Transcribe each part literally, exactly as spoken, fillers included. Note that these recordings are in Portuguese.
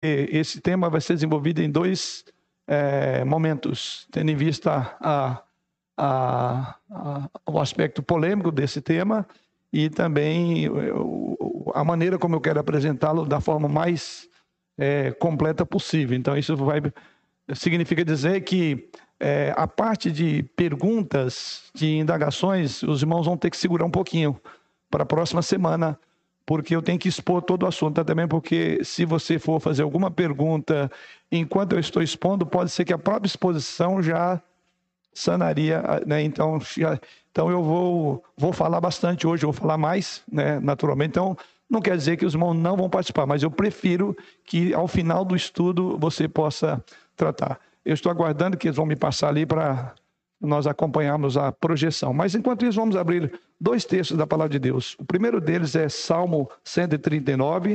esse tema vai ser desenvolvido em dois é, momentos, tendo em vista a, a, a, o aspecto polêmico desse tema e também a maneira como eu quero apresentá-lo da forma mais é, completa possível. Então, isso vai significa dizer que é, a parte de perguntas, de indagações, os irmãos vão ter que segurar um pouquinho para a próxima semana, porque eu tenho que expor todo o assunto também, porque se você for fazer alguma pergunta enquanto eu estou expondo, pode ser que a própria exposição já sanaria, né? Então, já, então eu vou, vou falar bastante hoje, eu vou falar mais, né? Naturalmente. Então, não quer dizer que os irmãos não vão participar, mas eu prefiro que ao final do estudo você possa tratar. Eu estou aguardando que eles vão me passar ali para nós acompanharmos a projeção. Mas enquanto isso, vamos abrir dois textos da Palavra de Deus. O primeiro deles é Salmo cento e trinta e nove.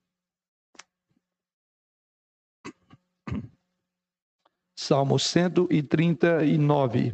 Salmo cento e trinta e nove.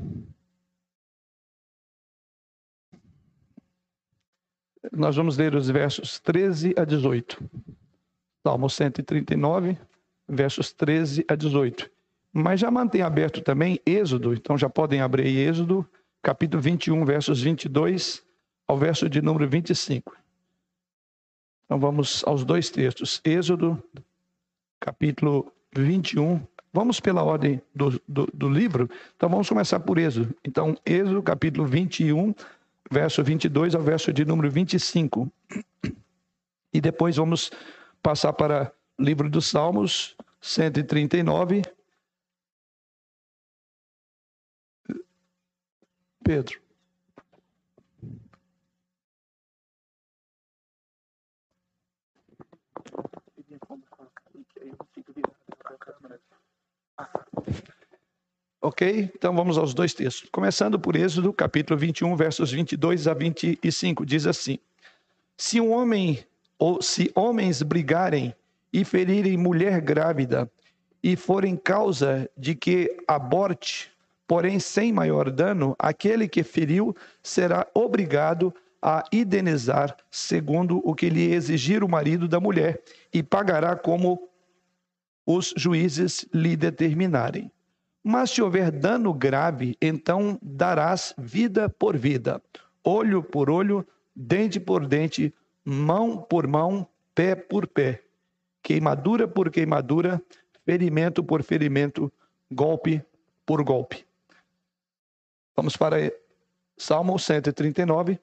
Nós vamos ler os versos treze a dezoito. Salmo cento e trinta e nove, versos treze a dezoito. Mas já mantém aberto também Êxodo, então já podem abrir Êxodo, capítulo vinte e um, versos vinte e dois ao verso de número vinte e cinco. Então vamos aos dois textos. Êxodo, capítulo vinte e um. Vamos pela ordem do, do, do livro. Então vamos começar por Êxodo. Então, Êxodo, capítulo vinte e um, verso vinte e dois ao verso de número vinte e cinco. E depois vamos passar para o livro dos Salmos, cento e trinta e nove. Pedro. Ok? Então vamos aos dois textos. Começando por Êxodo, capítulo vinte e um, versos vinte e dois a vinte e cinco. Diz assim: Se um homem ou se homens brigarem e ferirem mulher grávida e forem causa de que aborte, porém sem maior dano, aquele que feriu será obrigado a indenizar segundo o que lhe exigir o marido da mulher e pagará como os juízes lhe determinarem. Mas se houver dano grave, então darás vida por vida, olho por olho, dente por dente, mão por mão, pé por pé, queimadura por queimadura, ferimento por ferimento, golpe por golpe. Vamos para Salmo cento e trinta e nove.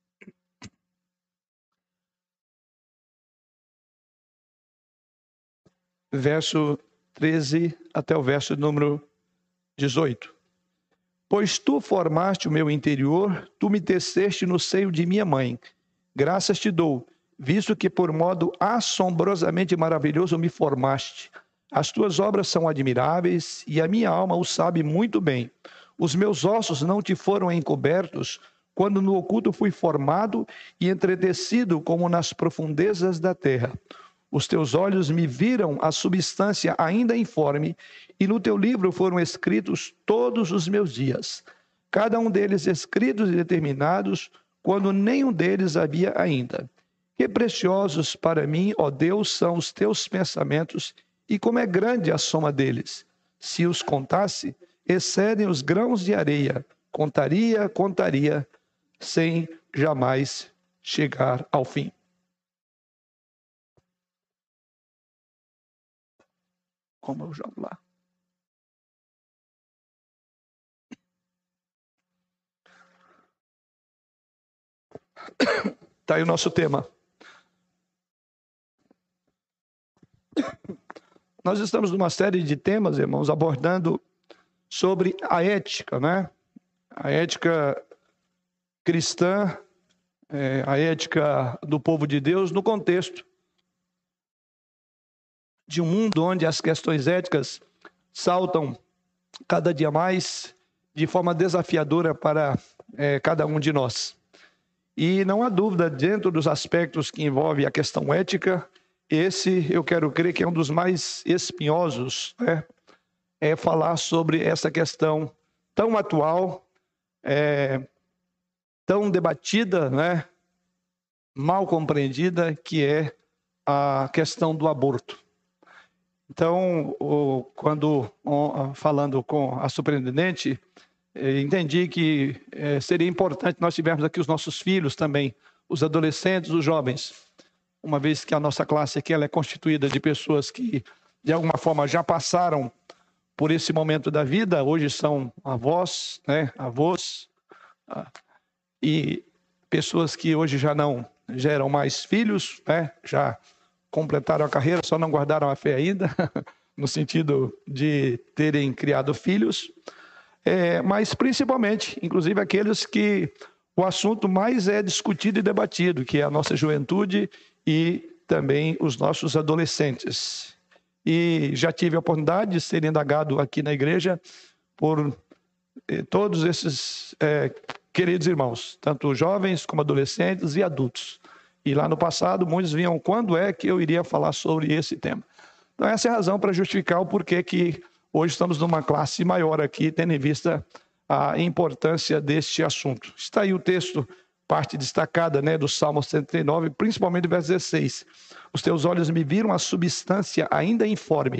Verso treze até o verso número dezoito. Pois tu formaste o meu interior, tu me teceste no seio de minha mãe. Graças te dou, visto que por modo assombrosamente maravilhoso me formaste. As tuas obras são admiráveis e a minha alma o sabe muito bem. Os meus ossos não te foram encobertos, quando no oculto fui formado e entretecido como nas profundezas da terra. Os teus olhos me viram a substância ainda informe, e no teu livro foram escritos todos os meus dias, cada um deles escritos e determinados, quando nenhum deles havia ainda. Que preciosos para mim, ó Deus, são os teus pensamentos, e como é grande a soma deles. Se os contasse, excedem os grãos de areia. Contaria, contaria, sem jamais chegar ao fim. Como eu jogo lá? Está aí o nosso tema. Nós estamos numa série de temas, irmãos, abordando sobre a ética, né? A ética cristã, é, a ética do povo de Deus no contexto de um mundo onde as questões éticas saltam cada dia mais de forma desafiadora para é, cada um de nós. E não há dúvida, dentro dos aspectos que envolvem a questão ética, esse eu quero crer que é um dos mais espinhosos, né? É falar sobre essa questão tão atual, é, tão debatida, né? Mal compreendida, que é a questão do aborto. Então, o, quando o, falando com a superintendente, eh, entendi que eh, seria importante nós tivermos aqui os nossos filhos também, os adolescentes, os jovens, uma vez que a nossa classe aqui ela é constituída de pessoas que, de alguma forma, já passaram por esse momento da vida, hoje são avós, né, avós, ah, e pessoas que hoje já não geram mais filhos, né, já completaram a carreira, só não guardaram a fé ainda, no sentido de terem criado filhos, é, mas principalmente, inclusive aqueles que o assunto mais é discutido e debatido, que é a nossa juventude e também os nossos adolescentes. E já tive a oportunidade de ser indagado aqui na igreja por eh, todos esses eh, queridos irmãos, tanto jovens como adolescentes e adultos. E lá no passado, muitos vinham quando é que eu iria falar sobre esse tema. Então, essa é a razão para justificar o porquê que hoje estamos numa classe maior aqui, tendo em vista a importância deste assunto. Está aí o texto, parte destacada, né, do Salmo cento e trinta e nove, principalmente o verso dezesseis. Os teus olhos me viram a substância ainda informe,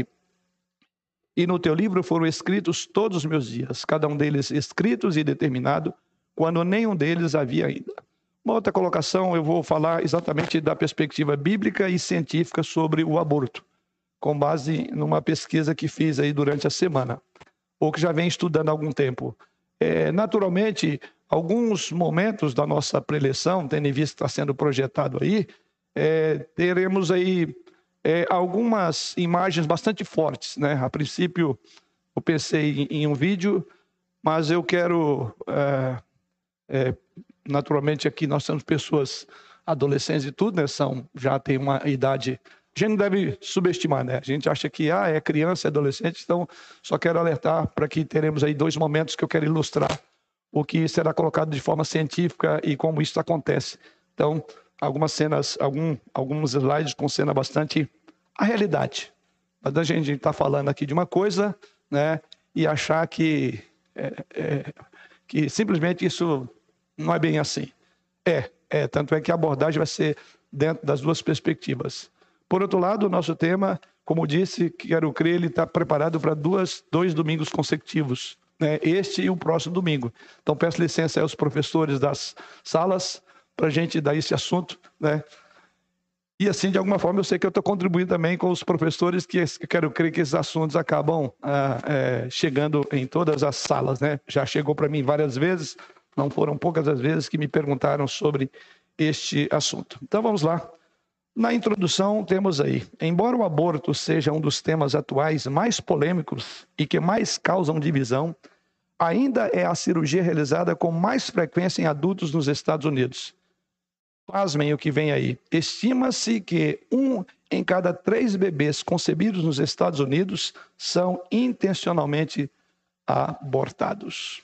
e no teu livro foram escritos todos os meus dias, cada um deles escritos e determinado, quando nenhum deles havia ainda. Uma outra colocação, eu vou falar exatamente da perspectiva bíblica e científica sobre o aborto, com base numa pesquisa que fiz aí durante a semana, ou que já vem estudando há algum tempo. É, naturalmente, alguns momentos da nossa preleção, tendo em vista que está sendo projetado aí, é, teremos aí é, algumas imagens bastante fortes, né? A princípio, eu pensei em, em um vídeo, mas eu quero... É, é, naturalmente, aqui nós temos pessoas adolescentes e tudo, né? São, já tem uma idade... A gente não deve subestimar, né? A gente acha que ah, é criança, é adolescente, então só quero alertar para que teremos aí dois momentos que eu quero ilustrar o que será colocado de forma científica e como isso acontece. Então, algumas cenas, algum, alguns slides com cena bastante a realidade. Mas a gente está falando aqui de uma coisa, né? E achar que, é, é, que simplesmente isso não é bem assim. É, é, tanto é que a abordagem vai ser dentro das duas perspectivas. Por outro lado, o nosso tema, como disse, quero crer, ele está preparado para duas, dois domingos consecutivos, né? Este e o próximo domingo. Então, peço licença aos professores das salas para a gente dar esse assunto, né? E assim, de alguma forma, eu sei que eu estou contribuindo também com os professores, que eu quero crer que esses assuntos acabam ah, é, chegando em todas as salas, né? Já chegou para mim várias vezes, não foram poucas as vezes que me perguntaram sobre este assunto. Então, vamos lá. Na introdução, temos aí, embora o aborto seja um dos temas atuais mais polêmicos e que mais causam divisão, ainda é a cirurgia realizada com mais frequência em adultos nos Estados Unidos. Pasmem o que vem aí. Estima-se que um em cada três bebês concebidos nos Estados Unidos são intencionalmente abortados.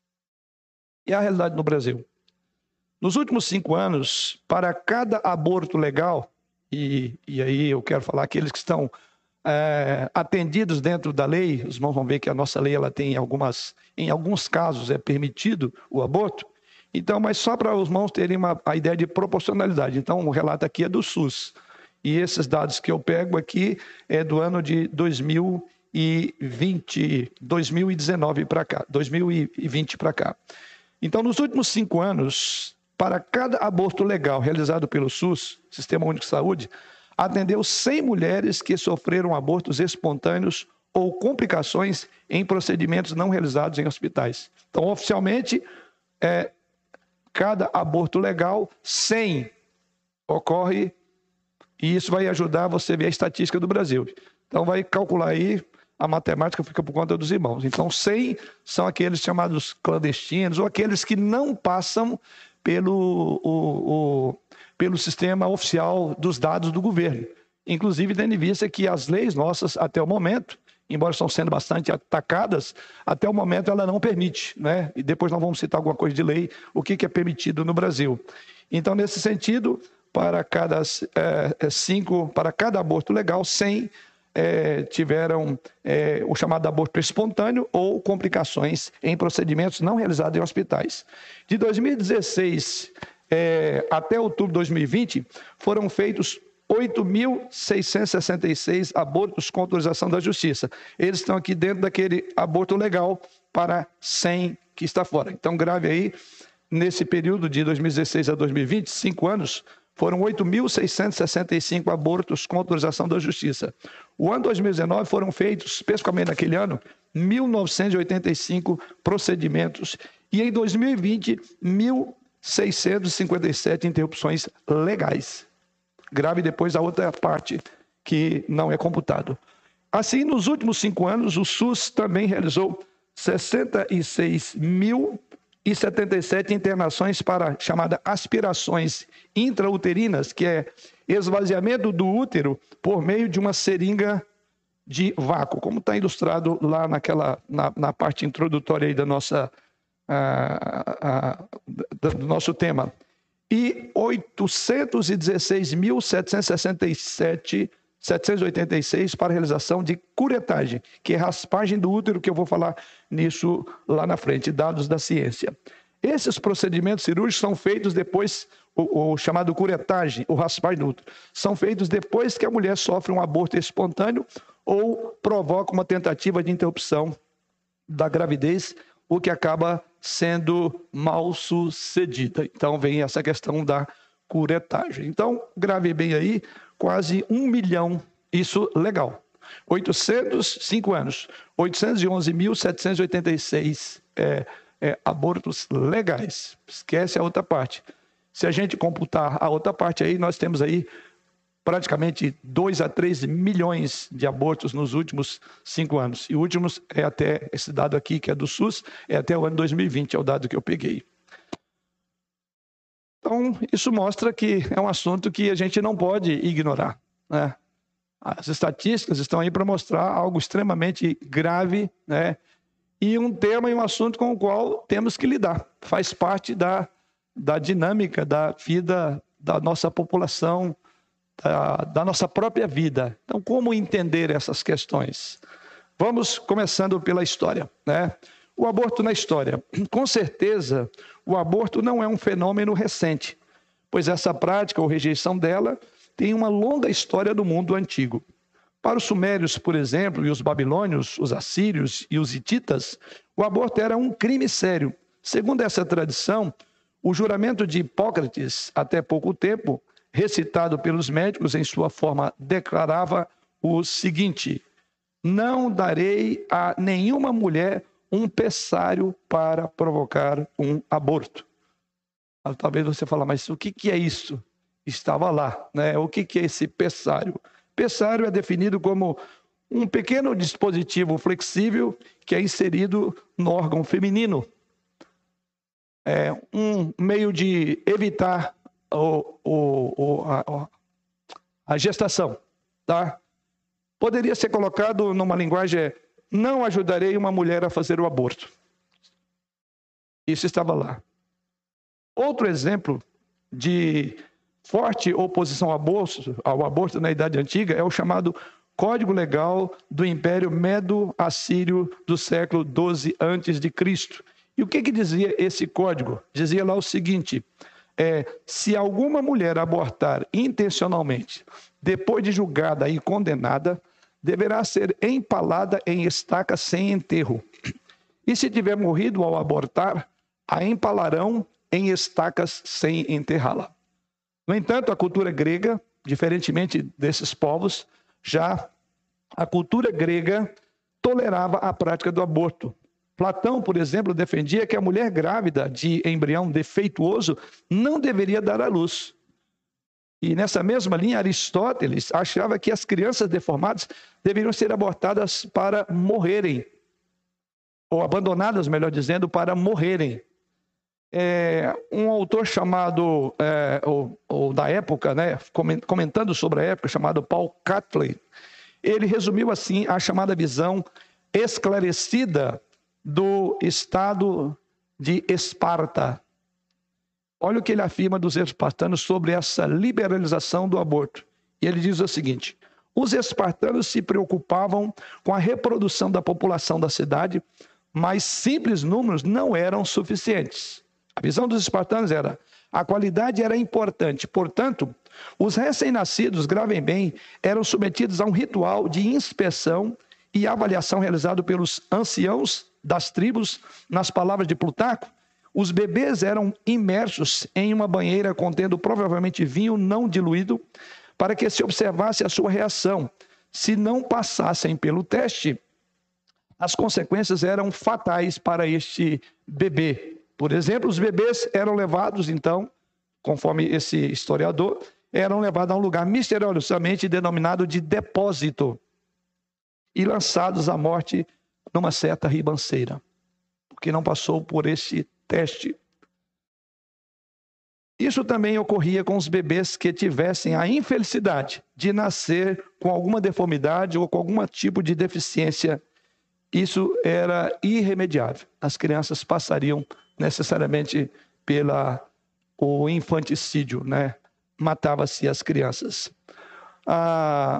E a realidade no Brasil? Nos últimos cinco anos, para cada aborto legal, e, e aí eu quero falar aqueles que estão é, atendidos dentro da lei, os irmãos vão ver que a nossa lei ela tem algumas, em alguns casos é permitido o aborto, então, mas só para os irmãos terem uma, a ideia de proporcionalidade. Então, o relato aqui é do SUS. E esses dados que eu pego aqui é do ano de dois mil e vinte, dois mil e dezenove para cá, dois mil e vinte para cá. Então, nos últimos cinco anos, para cada aborto legal realizado pelo SUS, Sistema Único de Saúde, atendeu cem mulheres que sofreram abortos espontâneos ou complicações em procedimentos não realizados em hospitais. Então, oficialmente, é, cada aborto legal, cem ocorre, e isso vai ajudar você a ver a estatística do Brasil. Então, vai calcular aí, a matemática fica por conta dos irmãos. Então, cem são aqueles chamados clandestinos, ou aqueles que não passam pelo, o, o, pelo sistema oficial dos dados do governo. Inclusive, tendo em vista que as leis nossas, até o momento, embora estão sendo bastante atacadas, até o momento ela não permite, né? E depois nós vamos citar alguma coisa de lei, o que, que é permitido no Brasil. Então, nesse sentido, para cada é, cinco, para cada aborto legal, cem é, tiveram é, o chamado aborto espontâneo ou complicações em procedimentos não realizados em hospitais. De dois mil e dezesseis é, até outubro de dois mil e vinte, foram feitos oito mil seiscentos e sessenta e seis abortos com autorização da justiça. Eles estão aqui dentro daquele aborto legal para cem que está fora. Então, grave aí, nesse período de dois mil e dezesseis a dois mil e vinte, cinco anos, foram oito mil seiscentos e sessenta e cinco abortos com autorização da justiça. O ano dois mil e dezenove foram feitos, especificamente naquele ano, mil novecentos e oitenta e cinco procedimentos e em dois mil e vinte, mil seiscentos e cinquenta e sete interrupções legais. Grave depois a outra parte que não é computado. Assim, nos últimos cinco anos, o SUS também realizou sessenta e seis mil e setenta e sete internações para chamada aspirações intrauterinas, que é esvaziamento do útero por meio de uma seringa de vácuo, como está ilustrado lá naquela, na, na parte introdutória aí da nossa, a, a, do nosso tema. E oitocentos e dezesseis mil setecentos e sessenta e sete, setecentos e oitenta e seis para realização de curetagem, que é raspagem do útero, que eu vou falar nisso lá na frente, dados da ciência. Esses procedimentos cirúrgicos são feitos depois, o, o chamado curetagem, o raspagem do útero, são feitos depois que a mulher sofre um aborto espontâneo ou provoca uma tentativa de interrupção da gravidez, o que acaba sendo mal sucedida. Então vem essa questão da curetagem. Então, grave bem aí, quase um milhão, isso legal. oitocentos, cinco anos, oitocentos e onze mil setecentos e oitenta e seis é, é, abortos legais. Esquece a outra parte. Se a gente computar a outra parte aí, nós temos aí praticamente dois a três milhões de abortos nos últimos cinco anos. E o último é até, esse dado aqui, que é do SUS, é até o ano dois mil e vinte, é o dado que eu peguei. Então, isso mostra que é um assunto que a gente não pode ignorar, né? As estatísticas estão aí para mostrar algo extremamente grave, né? E um tema e um assunto com o qual temos que lidar. Faz parte da, da dinâmica da vida da nossa população, da, da nossa própria vida. Então, como entender essas questões? Vamos começando pela história, né? O aborto na história. Com certeza, o aborto não é um fenômeno recente, pois essa prática ou rejeição dela tem uma longa história do mundo antigo. Para os sumérios, por exemplo, e os babilônios, os assírios e os hititas, o aborto era um crime sério. Segundo essa tradição, o juramento de Hipócrates, até pouco tempo, recitado pelos médicos em sua forma, declarava o seguinte: não darei a nenhuma mulher um pessário para provocar um aborto. Talvez você fale, mas o que, que é isso? Estava lá, né? O que, que é esse pessário? Pessário é definido como um pequeno dispositivo flexível que é inserido no órgão feminino. É um meio de evitar o, o, o, a, a gestação, tá? Poderia ser colocado numa linguagem: não ajudarei uma mulher a fazer o aborto. Isso estava lá. Outro exemplo de forte oposição ao aborto, ao aborto na Idade Antiga é o chamado Código Legal do Império Medo-Assírio do século doze antes de Cristo. E o que, que dizia esse código? Dizia lá o seguinte: é, se alguma mulher abortar intencionalmente, depois de julgada e condenada, deverá ser empalada em estaca sem enterro. E se tiver morrido ao abortar, a empalarão em estacas sem enterrá-la. No entanto, a cultura grega, diferentemente desses povos, já a cultura grega tolerava a prática do aborto. Platão, por exemplo, defendia que a mulher grávida de embrião defeituoso não deveria dar à luz. E nessa mesma linha, Aristóteles achava que as crianças deformadas deveriam ser abortadas para morrerem, ou abandonadas, melhor dizendo, para morrerem. É, um autor chamado, é, ou, ou da época, né, comentando sobre a época, chamado Paul Catley, ele resumiu assim a chamada visão esclarecida do Estado de Esparta. Olha o que ele afirma dos espartanos sobre essa liberalização do aborto. E ele diz o seguinte: os espartanos se preocupavam com a reprodução da população da cidade, mas simples números não eram suficientes. A visão dos espartanos era: a qualidade era importante, portanto, os recém-nascidos, gravem bem, eram submetidos a um ritual de inspeção e avaliação realizado pelos anciãos das tribos. Nas palavras de Plutarco, os bebês eram imersos em uma banheira contendo provavelmente vinho não diluído, para que se observasse a sua reação. Se não passassem pelo teste, as consequências eram fatais para este bebê. Por exemplo, os bebês eram levados, então, conforme esse historiador, eram levados a um lugar misteriosamente denominado de depósito e lançados à morte numa certa ribanceira, porque não passou por esse teste. Isso também ocorria com os bebês que tivessem a infelicidade de nascer com alguma deformidade ou com algum tipo de deficiência. Isso era irremediável. As crianças passariam necessariamente pela o infanticídio, né? Matava-se as crianças. A,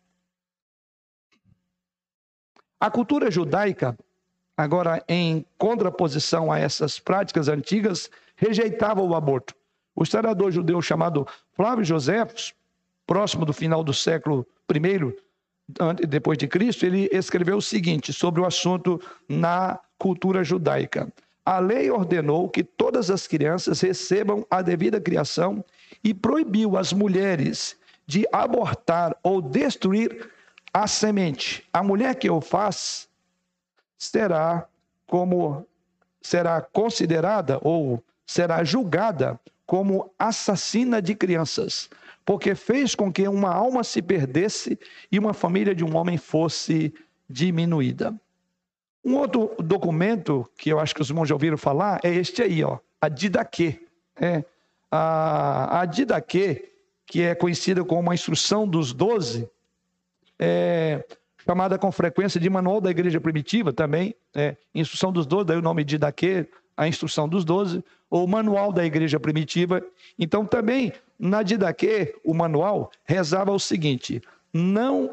a cultura judaica, agora em contraposição a essas práticas antigas, rejeitava o aborto. O historiador judeu chamado Flávio Joséfos, próximo do final do século primeiro, depois de Cristo, ele escreveu o seguinte sobre o assunto na cultura judaica: a lei ordenou que todas as crianças recebam a devida criação e proibiu as mulheres de abortar ou destruir a semente. A mulher que o faz será como será considerada ou será julgada como assassina de crianças, porque fez com que uma alma se perdesse e uma família de um homem fosse diminuída. Um outro documento que eu acho que os irmãos já ouviram falar é este aí, ó, a Didaquê. É, a, a Didaquê, que é conhecida como uma instrução dos doze, é chamada com frequência de Manual da Igreja Primitiva também, é, instrução dos doze, daí o nome Didaquê, a instrução dos doze, ou Manual da Igreja Primitiva. Então também na Didaquê, o manual rezava o seguinte: não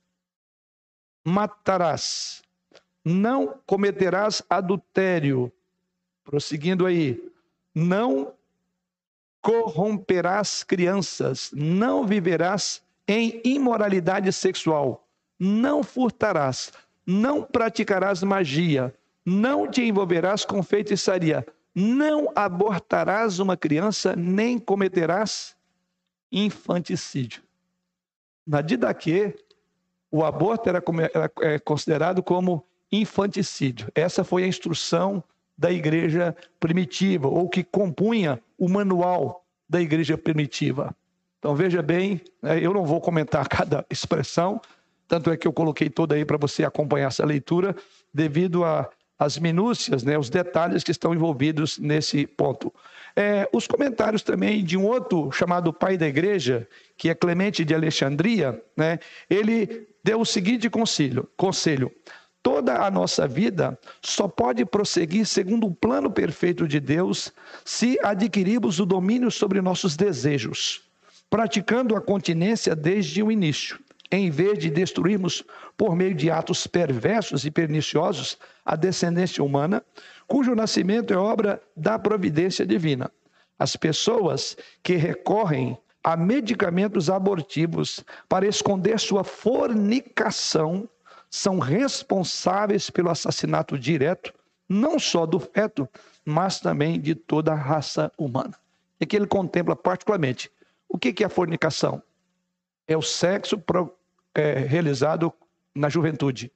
matarás, não cometerás adultério, prosseguindo aí, não corromperás crianças, não viverás em imoralidade sexual, não furtarás, não praticarás magia, não te envolverás com feitiçaria, não abortarás uma criança, nem cometerás infanticídio. Na Didaquê, o aborto era, era considerado como infanticídio. Essa foi a instrução da igreja primitiva, ou que compunha o manual da igreja primitiva. Então veja bem, eu não vou comentar cada expressão, tanto é que eu coloquei toda aí para você acompanhar essa leitura, devido a as minúcias, né, os detalhes que estão envolvidos nesse ponto. É, os comentários também de um outro chamado pai da igreja, que é Clemente de Alexandria, né, ele deu o seguinte conselho, conselho: toda a nossa vida só pode prosseguir segundo o plano perfeito de Deus se adquirirmos o domínio sobre nossos desejos, praticando a continência desde o início, em vez de destruirmos por meio de atos perversos e perniciosos a descendência humana, cujo nascimento é obra da providência divina. As pessoas que recorrem a medicamentos abortivos para esconder sua fornicação são responsáveis pelo assassinato direto, não só do feto, mas também de toda a raça humana. E que ele contempla particularmente. O que é a fornicação? É o sexo pro, é, realizado na juventude.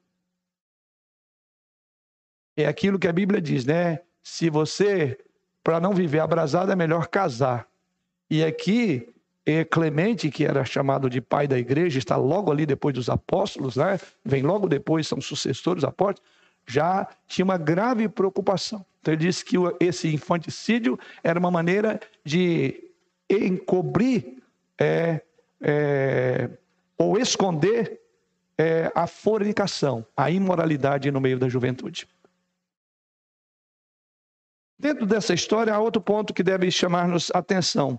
É aquilo que a Bíblia diz, né? Se você, para não viver abrasado, é melhor casar. E aqui, é Clemente, que era chamado de pai da igreja, está logo ali depois dos apóstolos, né? Vem logo depois, são sucessores dos apóstolos, já tinha uma grave preocupação. Então ele disse que esse infanticídio era uma maneira de encobrir é, é, ou esconder é, a fornicação, a imoralidade no meio da juventude. Dentro dessa história, há outro ponto que deve chamar-nos atenção.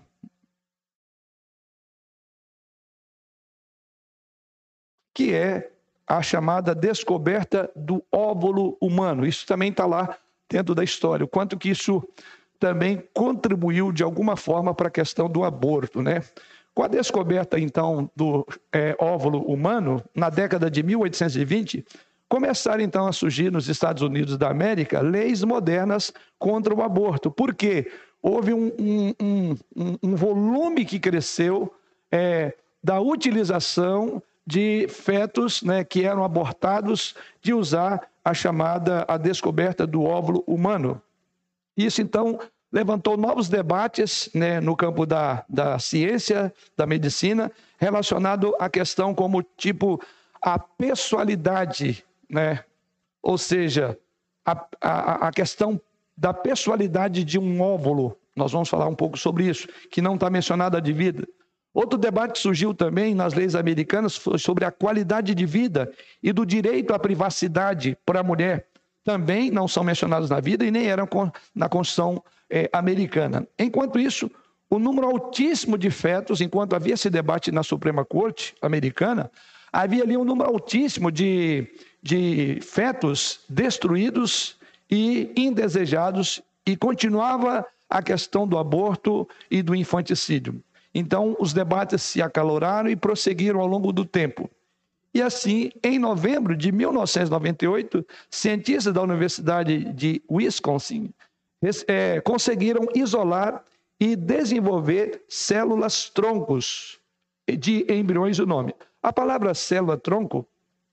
Que é a chamada descoberta do óvulo humano. Isso também está lá dentro da história. O quanto que isso também contribuiu de alguma forma para a questão do aborto, né? Com a descoberta, então, do é, óvulo humano, na década de mil oitocentos e vinte, começaram, então, a surgir nos Estados Unidos da América leis modernas contra o aborto. Por quê? Houve um, um, um, um volume que cresceu é, da utilização de fetos, né, que eram abortados, de usar a chamada, a descoberta do óvulo humano. Isso, então, levantou novos debates, né, no campo da, da ciência, da medicina, relacionado à questão como, tipo, a pessoalidade, né? Ou seja, a, a, a questão da pessoalidade de um óvulo. Nós vamos falar um pouco sobre isso, que não está mencionada de vida. Outro debate que surgiu também nas leis americanas foi sobre a qualidade de vida e do direito à privacidade para a mulher. Também não são mencionados na vida e nem eram na Constituição eh, americana. Enquanto isso, o número altíssimo de fetos, enquanto havia esse debate na Suprema Corte americana, havia ali um número altíssimo de, de fetos destruídos e indesejados, e continuava a questão do aborto e do infanticídio. Então, os debates se acaloraram e prosseguiram ao longo do tempo. E assim, em novembro de mil novecentos e noventa e oito, cientistas da Universidade de Wisconsin é, conseguiram isolar e desenvolver células-troncos de embriões do nome. A palavra célula-tronco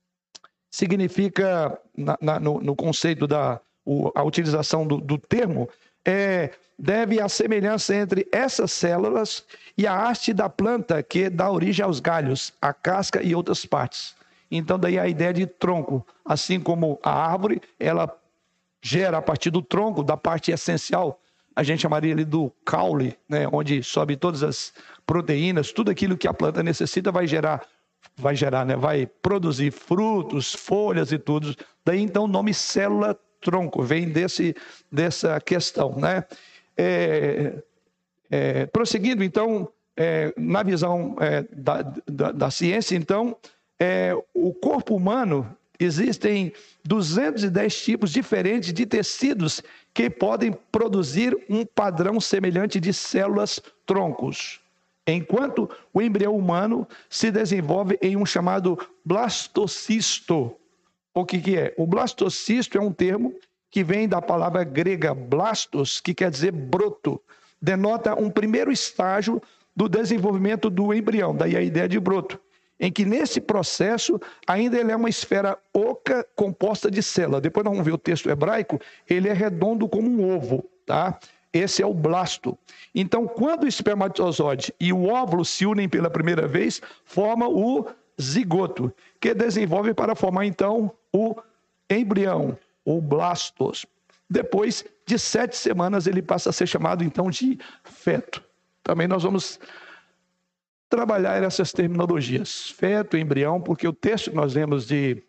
significa, na, na, no, no conceito da o, a utilização do, do termo, é, deve à semelhança entre essas células e a haste da planta que dá origem aos galhos, a casca e outras partes. Então, daí a ideia de tronco. Assim como a árvore, ela gera a partir do tronco, da parte essencial, a gente chamaria ali do caule, né, onde sobe todas as proteínas, tudo aquilo que a planta necessita vai gerar, vai gerar, né, vai produzir frutos, folhas e tudo. Daí, então, o nome célula-tronco vem desse, dessa questão, né? É, é, prosseguindo, então, é, na visão é, da, da, da ciência, então, é, o corpo humano, existem duzentos e dez tipos diferentes de tecidos que podem produzir um padrão semelhante de células-troncos, enquanto o embrião humano se desenvolve em um chamado blastocisto. O que, que é? O blastocisto é um termo que vem da palavra grega blastos, que quer dizer broto. Denota um primeiro estágio do desenvolvimento do embrião, daí a ideia de broto, em que nesse processo ainda ele é uma esfera oca composta de célula. Depois nós vamos ver o texto hebraico, ele é redondo como um ovo, tá? Esse é o blasto. Então, quando o espermatozoide e o óvulo se unem pela primeira vez, forma o zigoto, que desenvolve para formar então o embrião, o blastos. Depois de sete semanas, ele passa a ser chamado, então, de feto. Também nós vamos trabalhar essas terminologias, feto, embrião, porque o texto que nós lemos de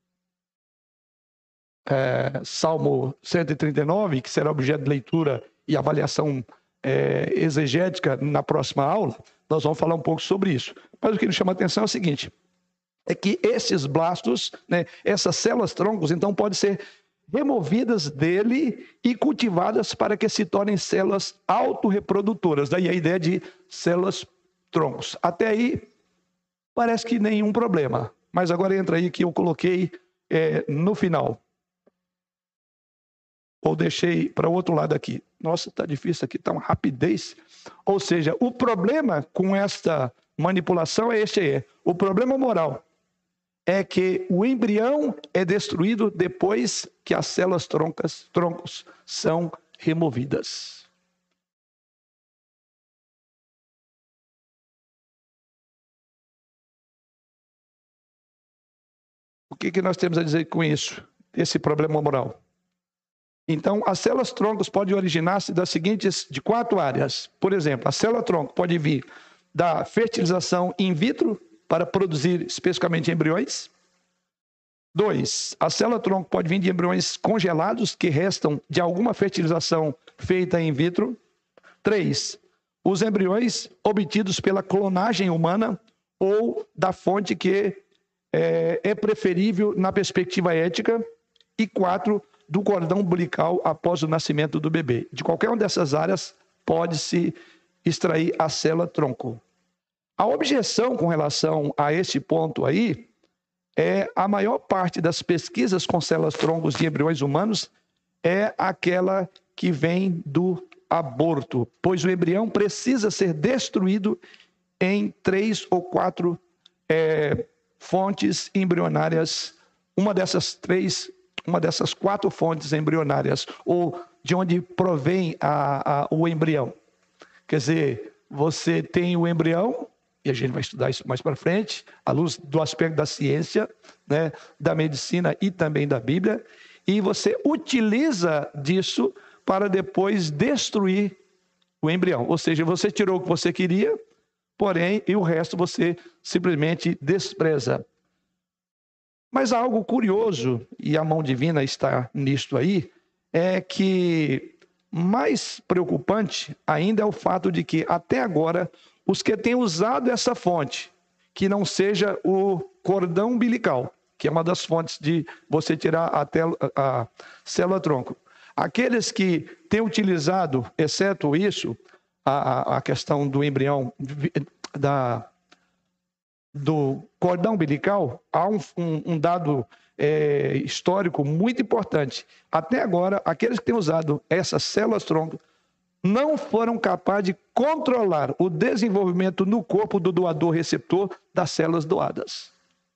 é, Salmo cento e trinta e nove, que será objeto de leitura e avaliação é, exegética na próxima aula, nós vamos falar um pouco sobre isso. Mas o que nos chama a atenção é o seguinte, é que esses blastos, né, essas células-troncos, então, podem ser removidas dele e cultivadas para que se tornem células autorreprodutoras. Daí a ideia de células-troncos. Até aí, parece que nenhum problema. Mas agora entra aí que eu coloquei é, no final. Ou deixei para o outro lado aqui. Nossa, está difícil aqui, está uma rapidez. Ou seja, o problema com esta manipulação é este aí. O problema moral é que o embrião é destruído depois que as células troncas, troncos são removidas. O que, que nós temos a dizer com isso? Esse problema moral. Então, as células troncos podem originar-se das seguintes, de quatro áreas. Por exemplo, a célula tronco pode vir da fertilização in vitro, para produzir especificamente embriões. Dois, a célula-tronco pode vir de embriões congelados que restam de alguma fertilização feita in vitro. Três, os embriões obtidos pela clonagem humana ou da fonte que é, é preferível na perspectiva ética. E quatro, do cordão umbilical após o nascimento do bebê. De qualquer uma dessas áreas pode-se extrair a célula-tronco. A objeção com relação a este ponto aí é a maior parte das pesquisas com células-troncos de embriões humanos é aquela que vem do aborto, pois o embrião precisa ser destruído em três ou quatro é, fontes embrionárias, uma dessas três, uma dessas quatro fontes embrionárias, ou de onde provém a, a, o embrião. Quer dizer, você tem o embrião, e a gente vai estudar isso mais para frente, à luz do aspecto da ciência, né, da medicina e também da Bíblia, e você utiliza disso para depois destruir o embrião. Ou seja, você tirou o que você queria, porém, e o resto você simplesmente despreza. Mas há algo curioso, e a mão divina está nisto aí, é que mais preocupante ainda é o fato de que, até agora, os que têm usado essa fonte, que não seja o cordão umbilical, que é uma das fontes de você tirar a, a célula-tronco. Aqueles que têm utilizado, exceto isso, a, a questão do embrião, da, do cordão umbilical, há um, um, um dado é, histórico muito importante. Até agora, aqueles que têm usado essas células-tronco não foram capazes de controlar o desenvolvimento no corpo do doador-receptor das células doadas.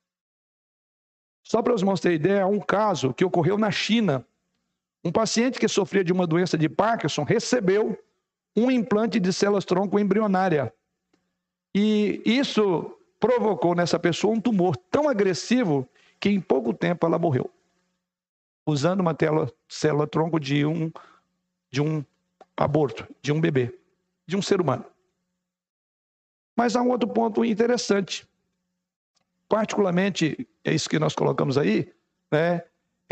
Só para os irmãos terem ideia, há um caso que ocorreu na China. Um paciente que sofria de uma doença de Parkinson recebeu um implante de células-tronco embrionária. E isso provocou nessa pessoa um tumor tão agressivo que em pouco tempo ela morreu, usando uma célula-tronco de um, de um aborto, de um bebê, de um ser humano. Mas há um outro ponto interessante. Particularmente, é isso que nós colocamos aí, né?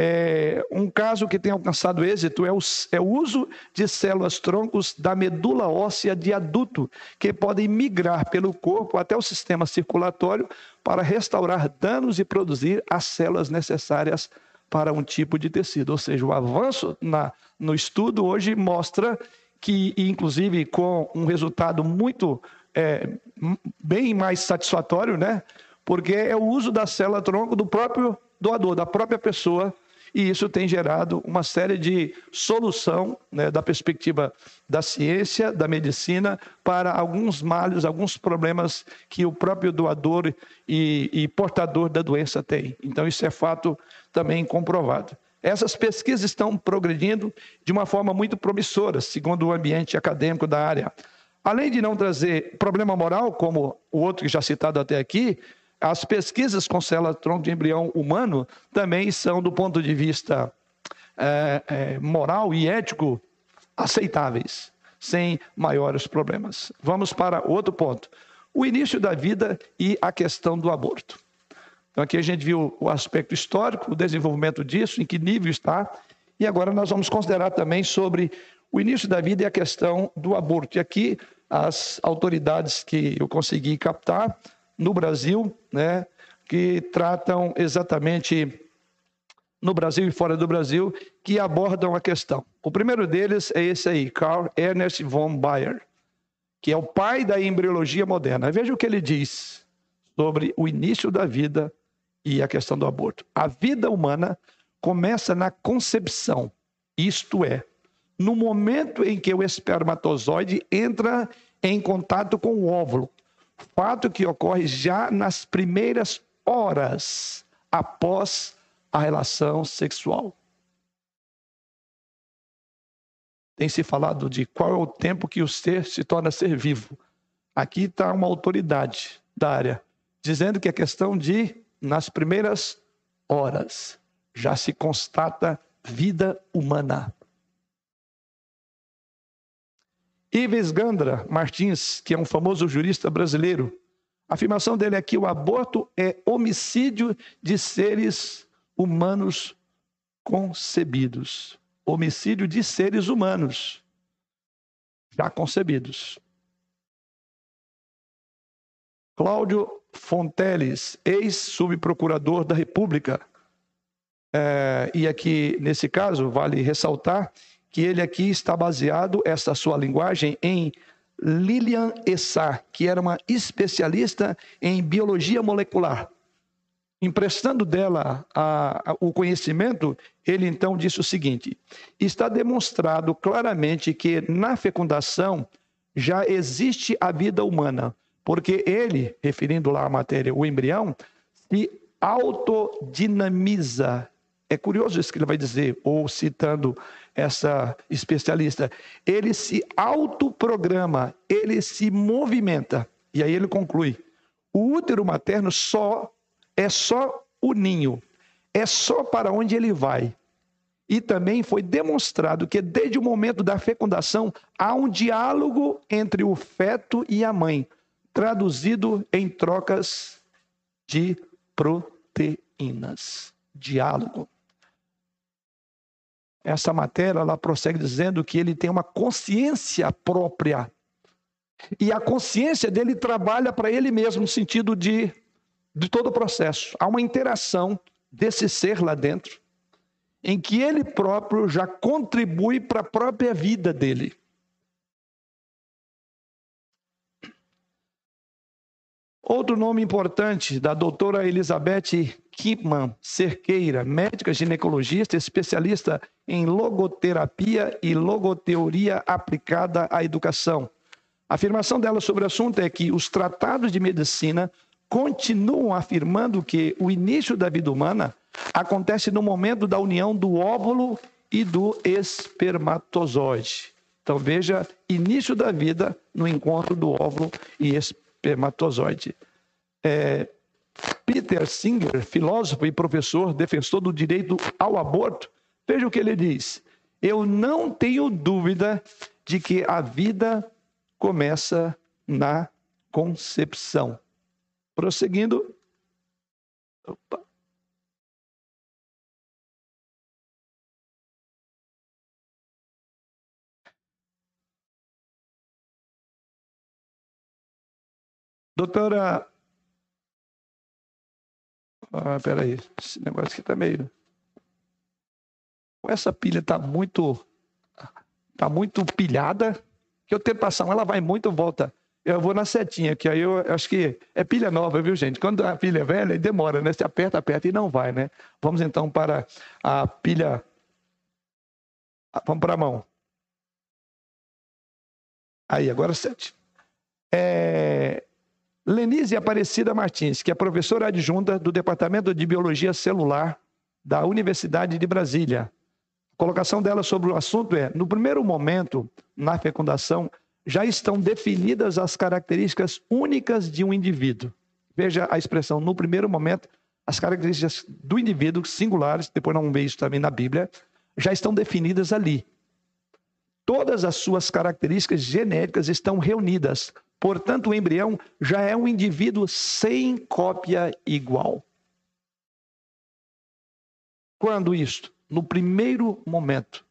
É, um caso que tem alcançado êxito é o, é o uso de células-troncos da medula óssea de adulto, que podem migrar pelo corpo até o sistema circulatório para restaurar danos e produzir as células necessárias para um tipo de tecido. Ou seja, o avanço na, no estudo hoje mostra que, inclusive, com um resultado muito, é, bem mais satisfatório, né? Porque é o uso da célula-tronco do próprio doador, da própria pessoa, e isso tem gerado uma série de solução, né, da perspectiva da ciência, da medicina, para alguns males, alguns problemas que o próprio doador e, e portador da doença tem. Então, isso é fato também comprovado. Essas pesquisas estão progredindo de uma forma muito promissora, segundo o ambiente acadêmico da área. Além de não trazer problema moral, como o outro que já citado até aqui, as pesquisas com célula-tronco de embrião humano também são, do ponto de vista é, é, moral e ético, aceitáveis, sem maiores problemas. Vamos para outro ponto. O início da vida e a questão do aborto. Então, aqui a gente viu o aspecto histórico, o desenvolvimento disso, em que nível está, e agora nós vamos considerar também sobre o início da vida e a questão do aborto. E aqui, as autoridades que eu consegui captar no Brasil, né, que tratam exatamente no Brasil e fora do Brasil, que abordam a questão. O primeiro deles é esse aí, Carl Ernst von Baer, que é o pai da embriologia moderna. Veja o que ele diz sobre o início da vida e a questão do aborto. A vida humana começa na concepção, isto é, no momento em que o espermatozoide entra em contato com o óvulo, fato que ocorre já nas primeiras horas após a relação sexual. Tem se falado de qual é o tempo que o ser se torna ser vivo. Aqui está uma autoridade da área, dizendo que é questão de, nas primeiras horas, já se constata vida humana. Ives Gandra Martins, que é um famoso jurista brasileiro, a afirmação dele é que o aborto é homicídio de seres humanos concebidos. Homicídio de seres humanos já concebidos. Cláudio Fonteles, ex-subprocurador da República, É, e aqui, nesse caso, vale ressaltar que ele aqui está baseado, essa sua linguagem, em Lilian Essar, que era uma especialista em biologia molecular. Emprestando dela a, a, o conhecimento, ele então disse o seguinte: está demonstrado claramente que na fecundação já existe a vida humana, porque ele, referindo lá a matéria, o embrião, se autodinamiza. É curioso isso que ele vai dizer, ou citando essa especialista. Ele se autoprograma, ele se movimenta. E aí ele conclui: o útero materno só é só o ninho, é só para onde ele vai. E também foi demonstrado que desde o momento da fecundação há um diálogo entre o feto e a mãe, traduzido em trocas de proteínas. Diálogo. Essa matéria, ela prossegue dizendo que ele tem uma consciência própria. E a consciência dele trabalha para ele mesmo, no sentido de, de todo o processo. Há uma interação desse ser lá dentro, em que ele próprio já contribui para a própria vida dele. Outro nome importante da doutora Elizabeth Kipman Cerqueira, médica ginecologista, especialista em logoterapia e logoteoria aplicada à educação. A afirmação dela sobre o assunto é que os tratados de medicina continuam afirmando que o início da vida humana acontece no momento da união do óvulo e do espermatozoide. Então veja, início da vida no encontro do óvulo e espermatozoide. É, Peter Singer, filósofo e professor, defensor do direito ao aborto, veja o que ele diz: eu não tenho dúvida de que a vida começa na concepção. Prosseguindo. Opa. Doutora... Ah, peraí, esse negócio aqui tá meio... Essa pilha tá muito... Tá muito pilhada, que eu tento passar, ela vai muito, volta. Eu vou na setinha, que aí eu acho que é pilha nova, viu, gente? Quando a pilha é velha, demora, né? Você aperta, aperta e não vai, né? Vamos então para a pilha... Vamos para a mão. Aí, agora sete. É... Lenise Aparecida Martins, que é professora adjunta do Departamento de Biologia Celular da Universidade de Brasília. A colocação dela sobre o assunto é: no primeiro momento, na fecundação, já estão definidas as características únicas de um indivíduo. Veja a expressão, no primeiro momento, as características do indivíduo singulares, depois não vê isso também na Bíblia, já estão definidas ali. Todas as suas características genéticas estão reunidas. Portanto, o embrião já é um indivíduo sem cópia igual. Quando isto? No primeiro momento.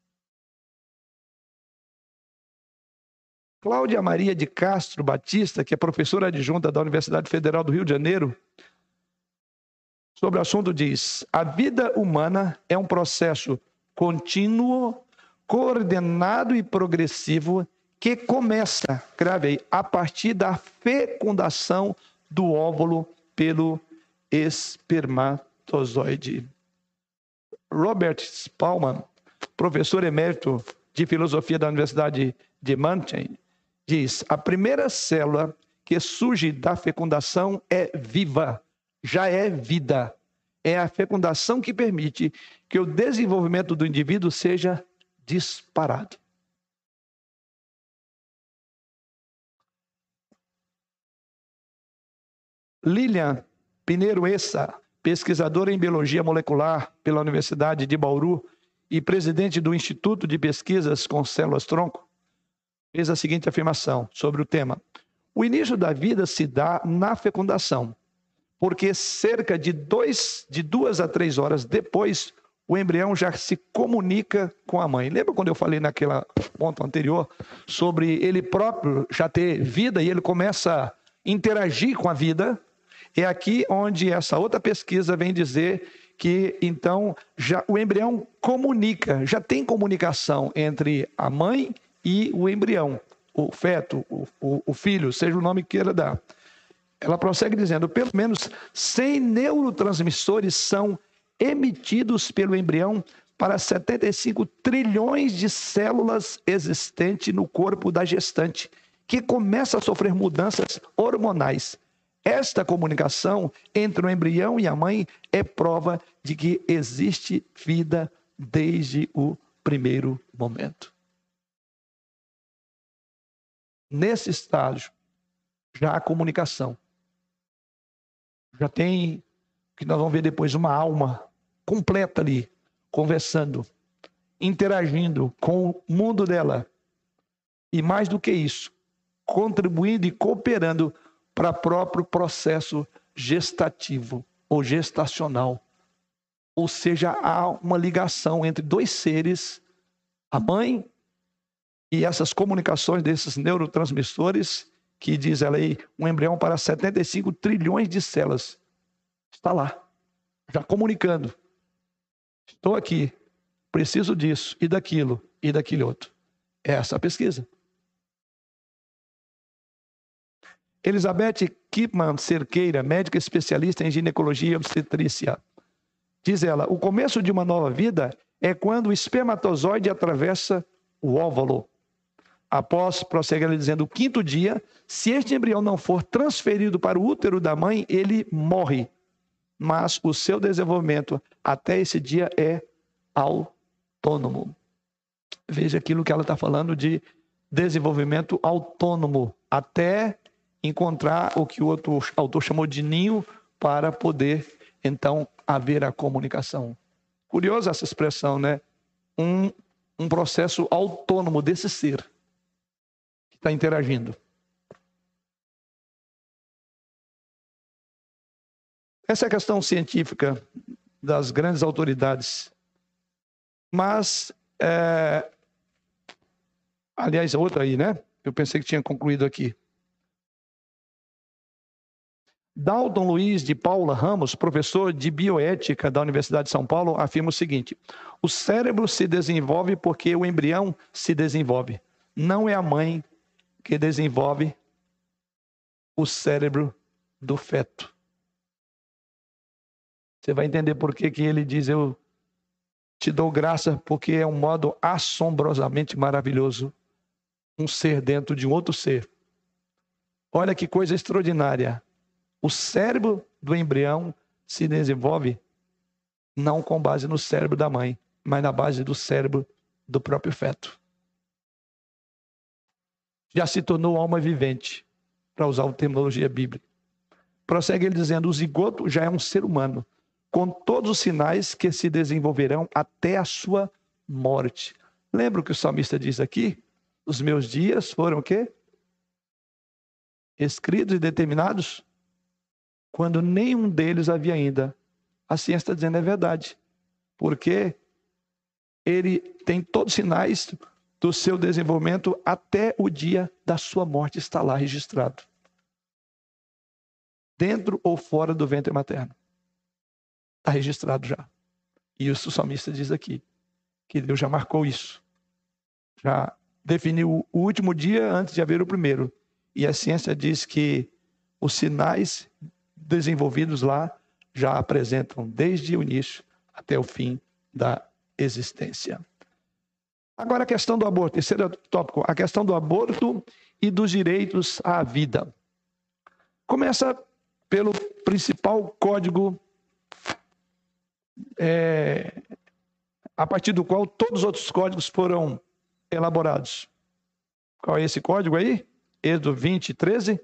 Cláudia Maria de Castro Batista, que é professora adjunta da Universidade Federal do Rio de Janeiro, sobre o assunto diz: a vida humana é um processo contínuo, coordenado e progressivo que começa, grave aí, a partir da fecundação do óvulo pelo espermatozoide. Robert Spallman, professor emérito de filosofia da Universidade de Mannheim, diz: a primeira célula que surge da fecundação é viva, já é vida. É a fecundação que permite que o desenvolvimento do indivíduo seja disparado. Lilian Pinheiro Essa, pesquisadora em biologia molecular pela Universidade de Bauru e presidente do Instituto de Pesquisas com Células-Tronco, fez a seguinte afirmação sobre o tema: o início da vida se dá na fecundação, porque cerca de, dois, de duas a três horas depois, o embrião já se comunica com a mãe. Lembra quando eu falei naquele ponto anterior sobre ele próprio já ter vida e ele começa a interagir com a vida? É aqui onde essa outra pesquisa vem dizer que então já o embrião comunica, já tem comunicação entre a mãe e o embrião, o feto, o, o, o filho, seja o nome que queira dar. Ela prossegue dizendo, pelo menos cem neurotransmissores são emitidos pelo embrião para setenta e cinco trilhões de células existentes no corpo da gestante, que começa a sofrer mudanças hormonais. Esta comunicação entre o embrião e a mãe é prova de que existe vida desde o primeiro momento. Nesse estágio, já há comunicação. Já tem, que nós vamos ver depois, uma alma completa ali, conversando, interagindo com o mundo dela. E mais do que isso, contribuindo e cooperando para o próprio processo gestativo ou gestacional. Ou seja, há uma ligação entre dois seres, a mãe e essas comunicações desses neurotransmissores, que diz ela aí, um embrião para setenta e cinco trilhões de células. Está lá, já comunicando. Estou aqui, preciso disso, e daquilo, e daquele outro. É essa a pesquisa. Elizabeth Kipman Cerqueira, médica especialista em ginecologia e obstetrícia. Diz ela, o começo de uma nova vida é quando o espermatozoide atravessa o óvulo. Após, prossegue ela dizendo, o quinto dia, se este embrião não for transferido para o útero da mãe, ele morre. Mas o seu desenvolvimento até esse dia é autônomo. Veja aquilo que ela está falando de desenvolvimento autônomo, até encontrar o que o outro autor chamou de ninho para poder, então, haver a comunicação. Curiosa essa expressão, né? Um, um processo autônomo desse ser que está interagindo. Essa é a questão científica das grandes autoridades. Mas, é... aliás, outra aí, né? Eu pensei que tinha concluído aqui. Dalton Luiz de Paula Ramos, professor de bioética da Universidade de São Paulo, afirma o seguinte: o cérebro se desenvolve porque o embrião se desenvolve. Não é a mãe que desenvolve o cérebro do feto. Você vai entender por que que ele diz, eu te dou graça, porque é um modo assombrosamente maravilhoso, um ser dentro de um outro ser. Olha que coisa extraordinária. O cérebro do embrião se desenvolve não com base no cérebro da mãe, mas na base do cérebro do próprio feto. Já se tornou alma vivente, para usar a terminologia bíblica. Prossegue ele dizendo, o zigoto já é um ser humano, com todos os sinais que se desenvolverão até a sua morte. Lembra o que o salmista diz aqui? Os meus dias foram o quê? Escritos e determinados quando nenhum deles havia ainda. A ciência está dizendo é verdade, porque ele tem todos os sinais do seu desenvolvimento até o dia da sua morte, está lá registrado. Dentro ou fora do ventre materno. Está registrado já. E isso o salmista diz aqui, que Deus já marcou isso. Já definiu o último dia antes de haver o primeiro. E a ciência diz que os sinais desenvolvidos lá já apresentam desde o início até o fim da existência. Agora a questão do aborto, terceiro tópico, a questão do aborto e dos direitos à vida. Começa pelo principal código é, a partir do qual todos os outros códigos foram elaborados. Qual é esse código aí? Êxodo vinte, treze?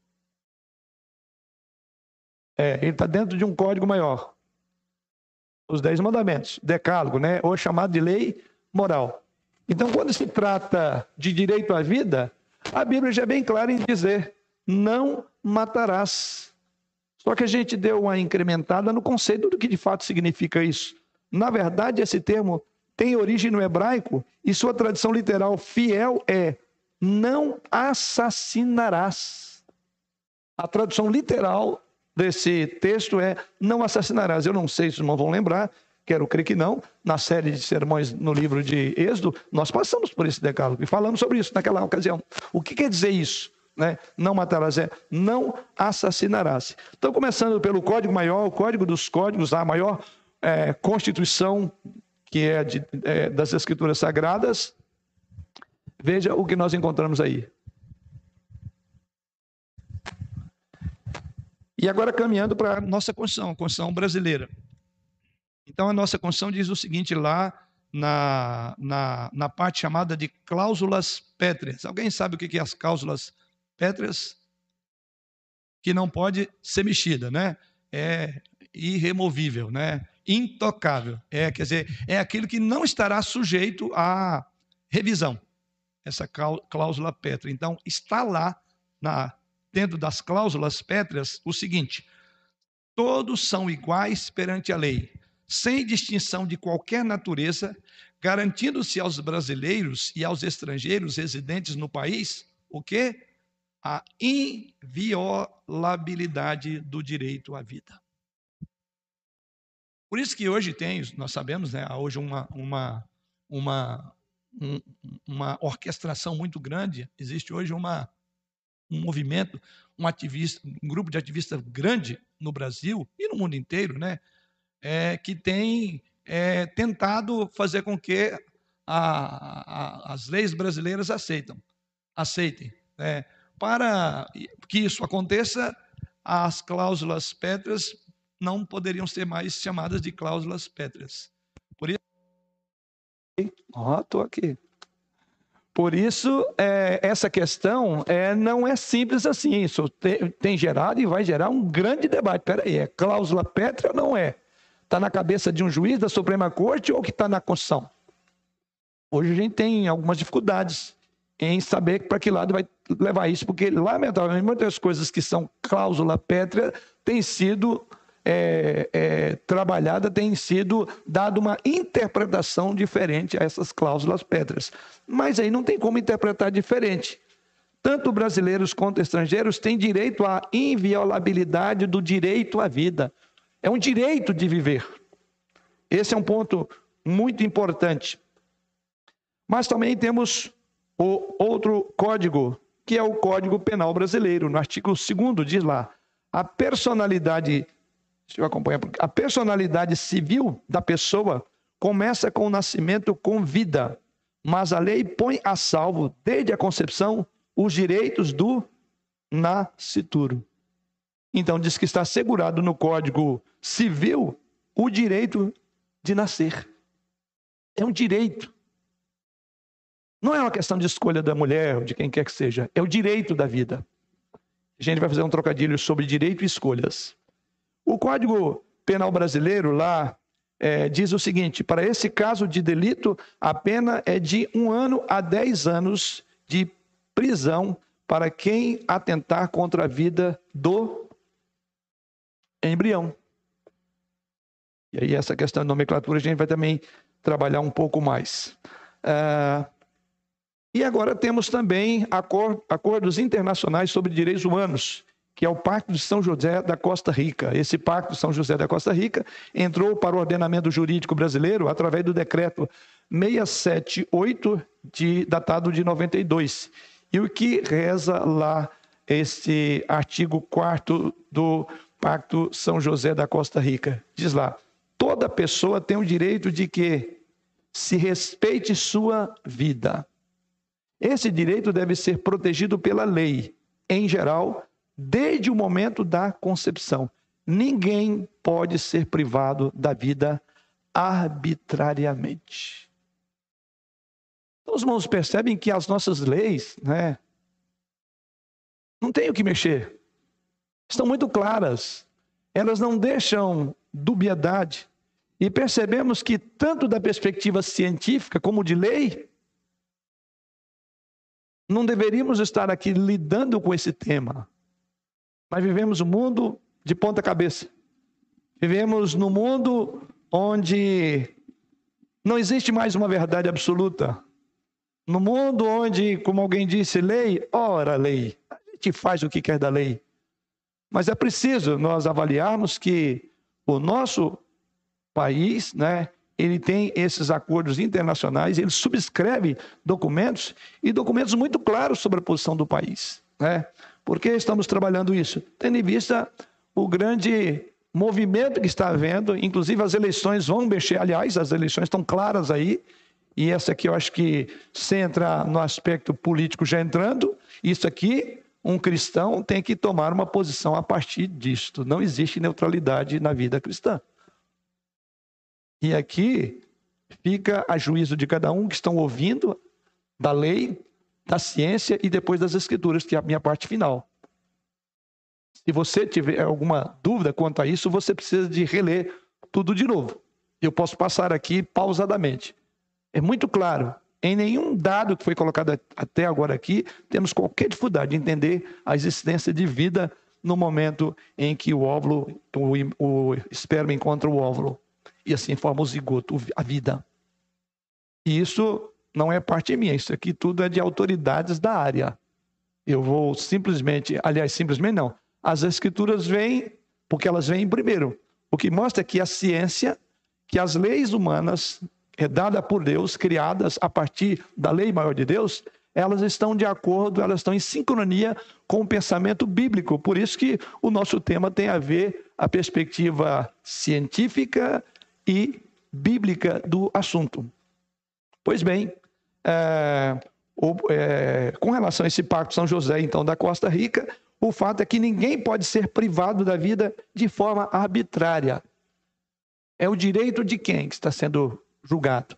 É, ele está dentro de um código maior. Os dez mandamentos, decálogo, né? Ou chamado de lei moral. Então, quando se trata de direito à vida, a Bíblia já é bem clara em dizer, não matarás. Só que a gente deu uma incrementada no conceito do que de fato significa isso. Na verdade, esse termo tem origem no hebraico e sua tradução literal fiel é não assassinarás. A tradução literal desse texto é: não assassinarás. Eu não sei se os irmãos vão lembrar, quero crer que não, na série de sermões no livro de Êxodo, nós passamos por esse decálogo e falamos sobre isso naquela ocasião. O que quer dizer isso? Né? Não matarás, é não assassinarás. Então, começando pelo código maior, o código dos códigos, a maior é, constituição que é, de, é das Escrituras Sagradas, veja o que nós encontramos aí. E agora caminhando para a nossa Constituição, a Constituição brasileira. Então, a nossa Constituição diz o seguinte lá na, na, na parte chamada de cláusulas pétreas. Alguém sabe o que é as cláusulas pétreas? Que não pode ser mexida, né? É irremovível, né? Intocável. É, quer dizer, é aquilo que não estará sujeito à revisão. Essa cláusula pétrea. Então, está lá, na, dentro das cláusulas pétreas, o seguinte: todos são iguais perante a lei, sem distinção de qualquer natureza, garantindo-se aos brasileiros e aos estrangeiros residentes no país, o quê? A inviolabilidade do direito à vida. Por isso que hoje tem, nós sabemos, né, há hoje uma, uma, uma, um, uma orquestração muito grande, existe hoje uma, um movimento, um, ativista, um grupo de ativistas grande no Brasil e no mundo inteiro, né, é, que tem é, tentado fazer com que a, a, as leis brasileiras aceitam, aceitem. Né. Para que isso aconteça, as cláusulas pétreas não poderiam ser mais chamadas de cláusulas pétreas. Por isso, oh, tô aqui. Por isso, é, essa questão é, não é simples assim. Isso tem, tem gerado e vai gerar um grande debate. Espera aí, é cláusula pétrea ou não é? Está na cabeça de um juiz da Suprema Corte ou que está na Constituição? Hoje a gente tem algumas dificuldades em saber para que lado vai levar isso, porque, lamentavelmente, muitas coisas que são cláusula pétrea têm sido é, é, trabalhada, tem sido dada uma interpretação diferente a essas cláusulas pétreas. Mas aí não tem como interpretar diferente. Tanto brasileiros quanto estrangeiros têm direito à inviolabilidade do direito à vida. É um direito de viver. Esse é um ponto muito importante. Mas também temos o outro código, que é o Código Penal Brasileiro. No artigo segundo diz lá: a personalidade, deixa eu acompanhar, a personalidade civil da pessoa começa com o nascimento com vida, mas a lei põe a salvo, desde a concepção, os direitos do nascituro. Então diz que está assegurado no Código Civil o direito de nascer. É um direito. Não é uma questão de escolha da mulher ou de quem quer que seja. É o direito da vida. A gente vai fazer um trocadilho sobre direito e escolhas. O Código Penal Brasileiro lá é, diz o seguinte: para esse caso de delito, a pena é de um ano a dez anos de prisão para quem atentar contra a vida do embrião. E aí essa questão de nomenclatura a gente vai também trabalhar um pouco mais. Ah, E agora temos também acordos internacionais sobre direitos humanos, que é o Pacto de São José da Costa Rica. Esse Pacto de São José da Costa Rica entrou para o ordenamento jurídico brasileiro através do decreto seiscentos e setenta e oito, de, datado de noventa e dois. E o que reza lá esse artigo quarto do Pacto São José da Costa Rica? Diz lá: toda pessoa tem o direito de que se respeite sua vida. Esse direito deve ser protegido pela lei, em geral, desde o momento da concepção. Ninguém pode ser privado da vida arbitrariamente. Então, os irmãos percebem que as nossas leis, né, não tem o que mexer. Estão muito claras. Elas não deixam dubiedade. E percebemos que, tanto da perspectiva científica como de lei, não deveríamos estar aqui lidando com esse tema. Mas vivemos um mundo de ponta cabeça. Vivemos num mundo onde não existe mais uma verdade absoluta. No mundo onde, como alguém disse, lei, ora lei. A gente faz o que quer da lei. Mas é preciso nós avaliarmos que o nosso país, né, ele tem esses acordos internacionais, ele subscreve documentos e documentos muito claros sobre a posição do país, né? Por que estamos trabalhando isso? Tendo em vista o grande movimento que está havendo, inclusive as eleições vão mexer, aliás, as eleições estão claras aí, e essa aqui eu acho que, sem entrar no aspecto político já entrando, isso aqui, um cristão tem que tomar uma posição a partir disto. Não existe neutralidade na vida cristã. E aqui fica a juízo de cada um que estão ouvindo da lei, da ciência e depois das escrituras, que é a minha parte final. Se você tiver alguma dúvida quanto a isso, você precisa de reler tudo de novo. Eu posso passar aqui pausadamente. É muito claro, em nenhum dado que foi colocado até agora aqui, temos qualquer dificuldade de entender a existência de vida no momento em que o óvulo, o, o esperma encontra o óvulo. E assim forma o zigoto, a vida. E isso não é parte minha, isso aqui tudo é de autoridades da área. Eu vou simplesmente, aliás, simplesmente não. As escrituras vêm, porque elas vêm primeiro. O que mostra que a ciência, que as leis humanas, é dada por Deus, criadas a partir da lei maior de Deus, elas estão de acordo, elas estão em sincronia com o pensamento bíblico. Por isso que o nosso tema tem a ver a perspectiva científica e bíblica do assunto. Pois bem, é, o, é, com relação a esse Pacto São José, então, da Costa Rica, o fato é que ninguém pode ser privado da vida de forma arbitrária. É o direito de quem que está sendo julgado?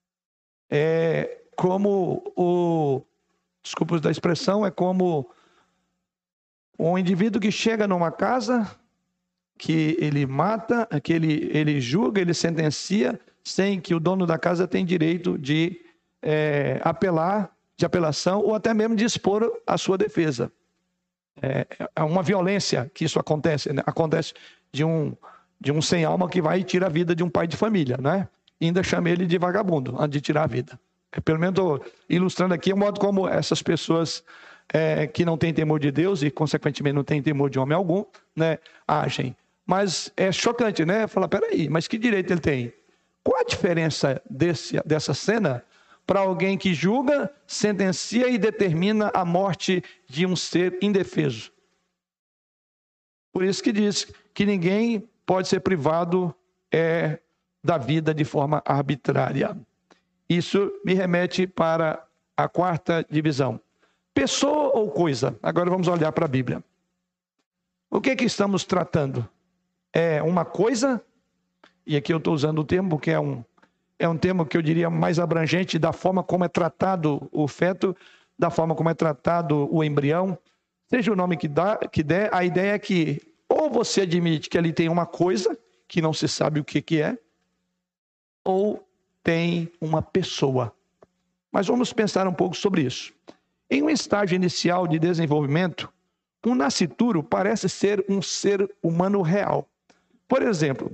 É como o, desculpa da expressão, é como um indivíduo que chega numa casa, que ele mata, que ele, ele julga, ele sentencia, sem que o dono da casa tenha direito de é, apelar, de apelação, ou até mesmo de expor a sua defesa. É, é uma violência que isso acontece, né? Acontece de um, de um sem alma que vai e tira a vida de um pai de família, né? E ainda chama ele de vagabundo, antes de tirar a vida. É, pelo menos estou ilustrando aqui o modo como essas pessoas é, que não têm temor de Deus e, consequentemente, não têm temor de homem algum, né, agem. Mas é chocante, né? Falar, peraí, mas que direito ele tem? Qual a diferença desse, dessa cena para alguém que julga, sentencia e determina a morte de um ser indefeso? Por isso que diz que ninguém pode ser privado é, da vida de forma arbitrária. Isso me remete para a quarta divisão. Pessoa ou coisa? Agora vamos olhar para a Bíblia. O que é que estamos tratando? É uma coisa, e aqui eu estou usando o termo porque é um, é um termo que eu diria mais abrangente da forma como é tratado o feto, da forma como é tratado o embrião, seja o nome que, dá, que der, a ideia é que ou você admite que ali tem uma coisa, que não se sabe o que, que é, ou tem uma pessoa. Mas vamos pensar um pouco sobre isso. Em um estágio inicial de desenvolvimento, um nascituro parece ser um ser humano real. Por exemplo,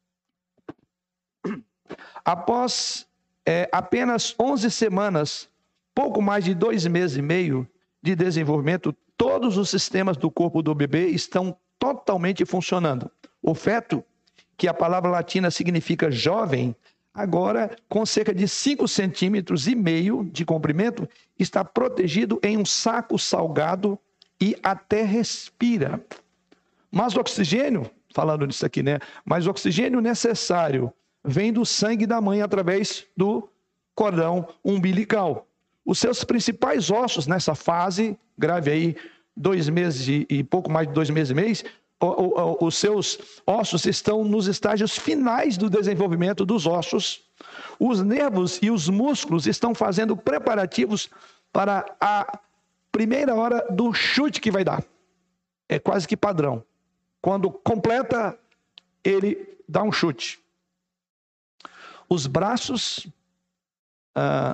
após é, apenas onze semanas, pouco mais de dois meses e meio de desenvolvimento, todos os sistemas do corpo do bebê estão totalmente funcionando. O feto, que a palavra latina significa jovem, agora com cerca de cinco centímetros e meio de comprimento, está protegido em um saco salgado e até respira. Mas o oxigênio, falando disso aqui, né? Mas o oxigênio necessário vem do sangue da mãe através do cordão umbilical. Os seus principais ossos nessa fase, grave aí, dois meses e, e pouco mais de dois meses e meio, o, o, os seus ossos estão nos estágios finais do desenvolvimento dos ossos. Os nervos e os músculos estão fazendo preparativos para a primeira hora do chute que vai dar. É quase que padrão. Quando completa, ele dá um chute. Os braços, ah,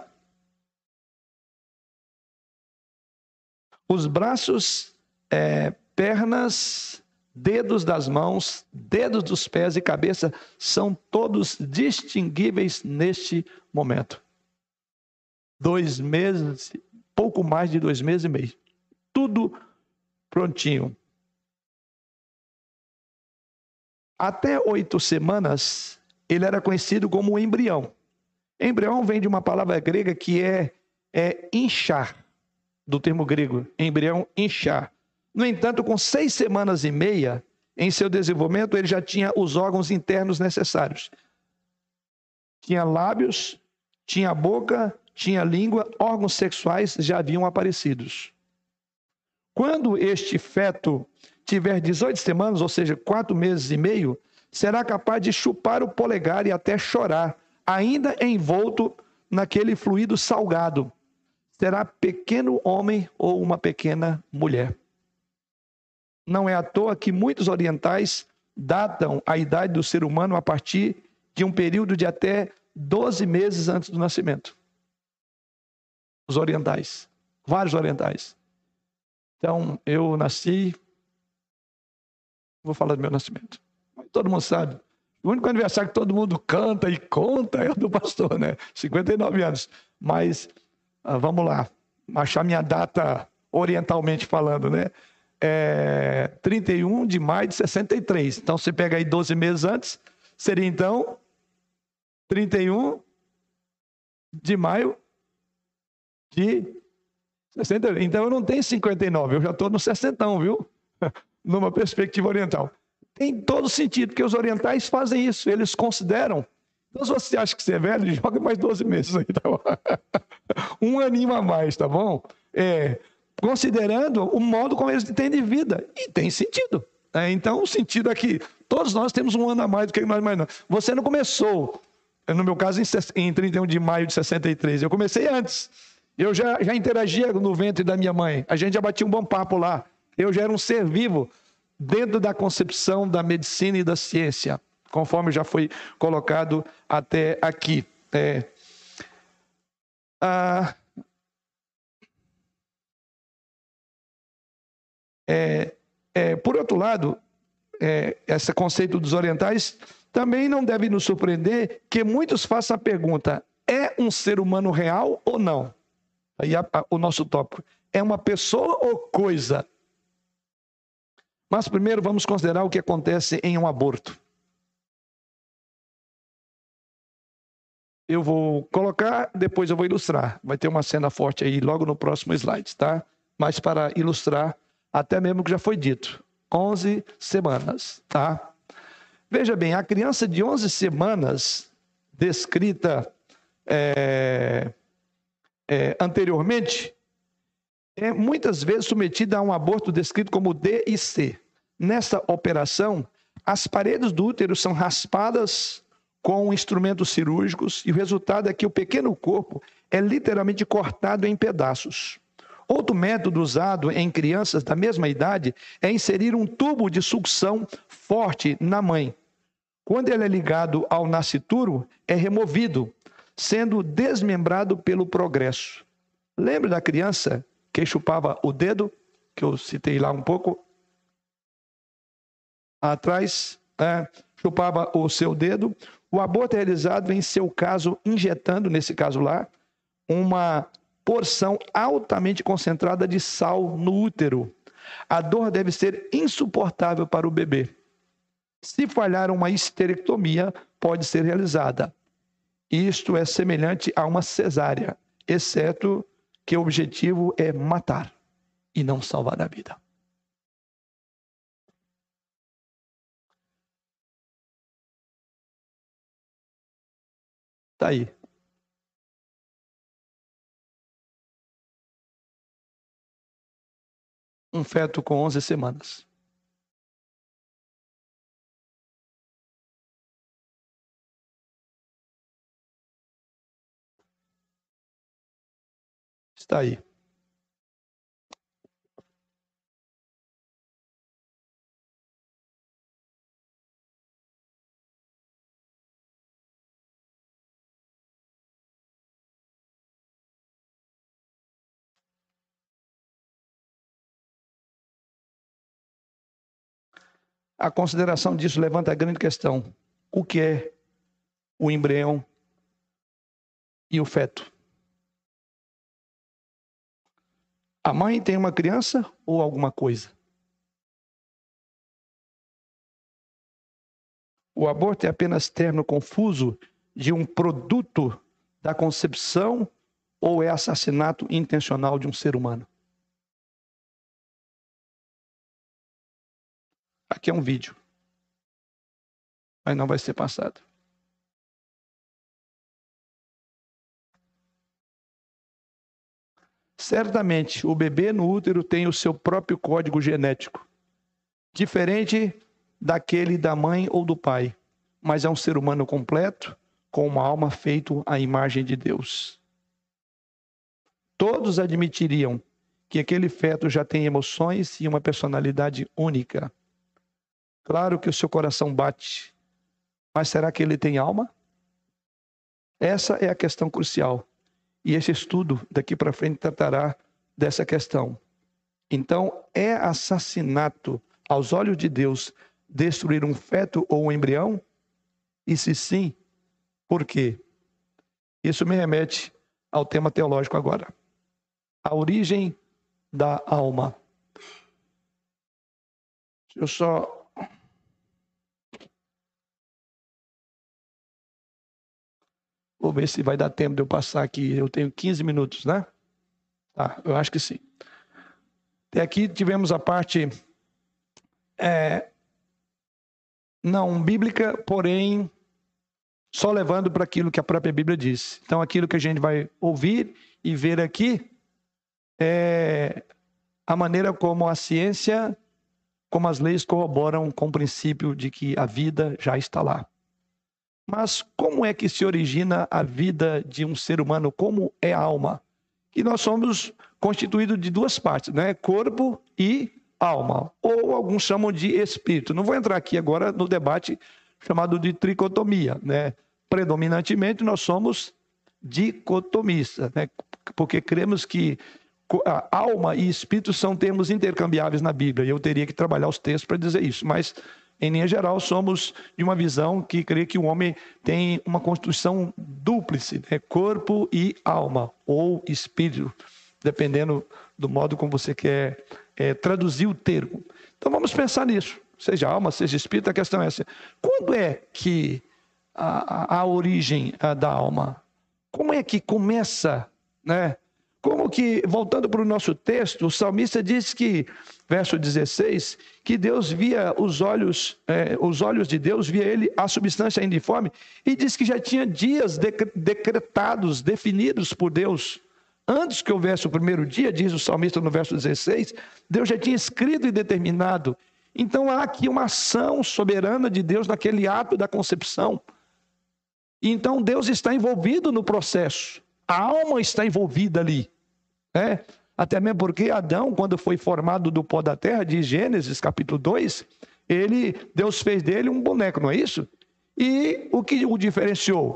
os braços, é, pernas, dedos das mãos, dedos dos pés e cabeça são todos distinguíveis neste momento. Dois meses, pouco mais de dois meses e meio. Tudo prontinho. Até oito semanas, ele era conhecido como embrião. Embrião vem de uma palavra grega que é, é inchar, do termo grego, embrião, inchar. No entanto, com seis semanas e meia, em seu desenvolvimento, ele já tinha os órgãos internos necessários. Tinha lábios, tinha boca, tinha língua, órgãos sexuais já haviam aparecidos. Quando este feto tiver dezoito semanas, ou seja, quatro meses e meio, será capaz de chupar o polegar e até chorar, ainda envolto naquele fluido salgado. Será pequeno homem ou uma pequena mulher. Não é à toa que muitos orientais datam a idade do ser humano a partir de um período de até doze meses antes do nascimento. Os orientais, vários orientais. Então, eu nasci, vou falar do meu nascimento. Todo mundo sabe. O único aniversário que todo mundo canta e conta é o do pastor, né? cinquenta e nove anos. Mas, ah, vamos lá, achar minha data orientalmente falando, né? É trinta e um de maio de sessenta e três. Então, você pega aí doze meses antes, seria então trinta e um de maio de sessenta. Então, eu não tenho cinquenta e nove, eu já estou no sessentão, viu? Numa perspectiva oriental. Tem todo sentido, porque os orientais fazem isso, eles consideram. Então, se você acha que você é velho, joga mais doze meses aí, tá bom? Um aninho a mais, tá bom? É, considerando o modo como eles têm de vida. E tem sentido. É, então, o sentido é que todos nós temos um ano a mais do que nós mais não. Você não começou, no meu caso, em trinta e um de maio de sessenta e três. Eu comecei antes. Eu já, já interagia no ventre da minha mãe. A gente já batia um bom papo lá. Eu já era um ser vivo dentro da concepção da medicina e da ciência, conforme já foi colocado até aqui. É, ah, é, é, por outro lado, é, esse conceito dos orientais também não deve nos surpreender que muitos façam a pergunta: é um ser humano real ou não? Aí a, a, o nosso tópico: é uma pessoa ou coisa? Mas primeiro vamos considerar o que acontece em um aborto. Eu vou colocar, depois eu vou ilustrar. Vai ter uma cena forte aí logo no próximo slide, tá? Mas para ilustrar, até mesmo o que já foi dito. onze semanas, tá? Veja bem, a criança de onze semanas, descrita é, é, anteriormente, é muitas vezes submetida a um aborto descrito como D I C. Nessa operação, as paredes do útero são raspadas com instrumentos cirúrgicos e o resultado é que o pequeno corpo é literalmente cortado em pedaços. Outro método usado em crianças da mesma idade é inserir um tubo de sucção forte na mãe. Quando ele é ligado ao nascituro, é removido, sendo desmembrado pelo progresso. Lembra da criança que chupava o dedo, que eu citei lá um pouco atrás, é, chupava o seu dedo? O aborto é realizado, em seu caso, injetando, nesse caso lá, uma porção altamente concentrada de sal no útero. A dor deve ser insuportável para o bebê. Se falhar uma histerectomia, pode ser realizada. Isto é semelhante a uma cesárea, exceto que o objetivo é matar e não salvar a vida. Está aí. Um feto com onze semanas. Está aí. A consideração disso levanta a grande questão: o que é o embrião e o feto? A mãe tem uma criança ou alguma coisa? O aborto é apenas término confuso de um produto da concepção ou é assassinato intencional de um ser humano? Aqui é um vídeo, mas não vai ser passado. Certamente, o bebê no útero tem o seu próprio código genético, diferente daquele da mãe ou do pai, mas é um ser humano completo, com uma alma feita à imagem de Deus. Todos admitiriam que aquele feto já tem emoções e uma personalidade única. Claro que o seu coração bate, mas será que ele tem alma? Essa é a questão crucial. E esse estudo daqui para frente tratará dessa questão. Então, é assassinato aos olhos de Deus destruir um feto ou um embrião? E se sim, por quê? Isso me remete ao tema teológico agora. A origem da alma. Eu só... Vou ver se vai dar tempo de eu passar aqui. Eu tenho quinze minutos, né? Tá, eu acho que sim. Até aqui tivemos a parte é, não bíblica, porém só levando para aquilo que a própria Bíblia diz. Então aquilo que a gente vai ouvir e ver aqui é a maneira como a ciência, como as leis corroboram com o princípio de que a vida já está lá. Mas como é que se origina a vida de um ser humano? Como é a alma? E nós somos constituídos de duas partes, né? Corpo e alma, ou alguns chamam de espírito. Não vou entrar aqui agora no debate chamado de tricotomia, né? Predominantemente nós somos dicotomistas, né? Porque cremos que a alma e espírito são termos intercambiáveis na Bíblia, e eu teria que trabalhar os textos para dizer isso, mas em linha geral somos de uma visão que crê que o homem tem uma constituição dúplice, né? Corpo e alma, ou espírito, dependendo do modo como você quer é, traduzir o termo. Então vamos pensar nisso, seja alma, seja espírito. A questão é essa: quando é que a, a, a origem a, da alma, como é que começa, né? Como que, voltando para o nosso texto, o salmista diz que, verso dezesseis, que Deus via os olhos, é, os olhos de Deus, via ele a substância ainda informe, e diz que já tinha dias decretados, definidos por Deus. Antes que houvesse o primeiro dia, diz o salmista no verso dezesseis, Deus já tinha escrito e determinado. Então há aqui uma ação soberana de Deus naquele ato da concepção. Então Deus está envolvido no processo. A alma está envolvida ali, né? Até mesmo porque Adão, quando foi formado do pó da terra, de Gênesis capítulo dois, ele, Deus fez dele um boneco, não é isso? E o que o diferenciou?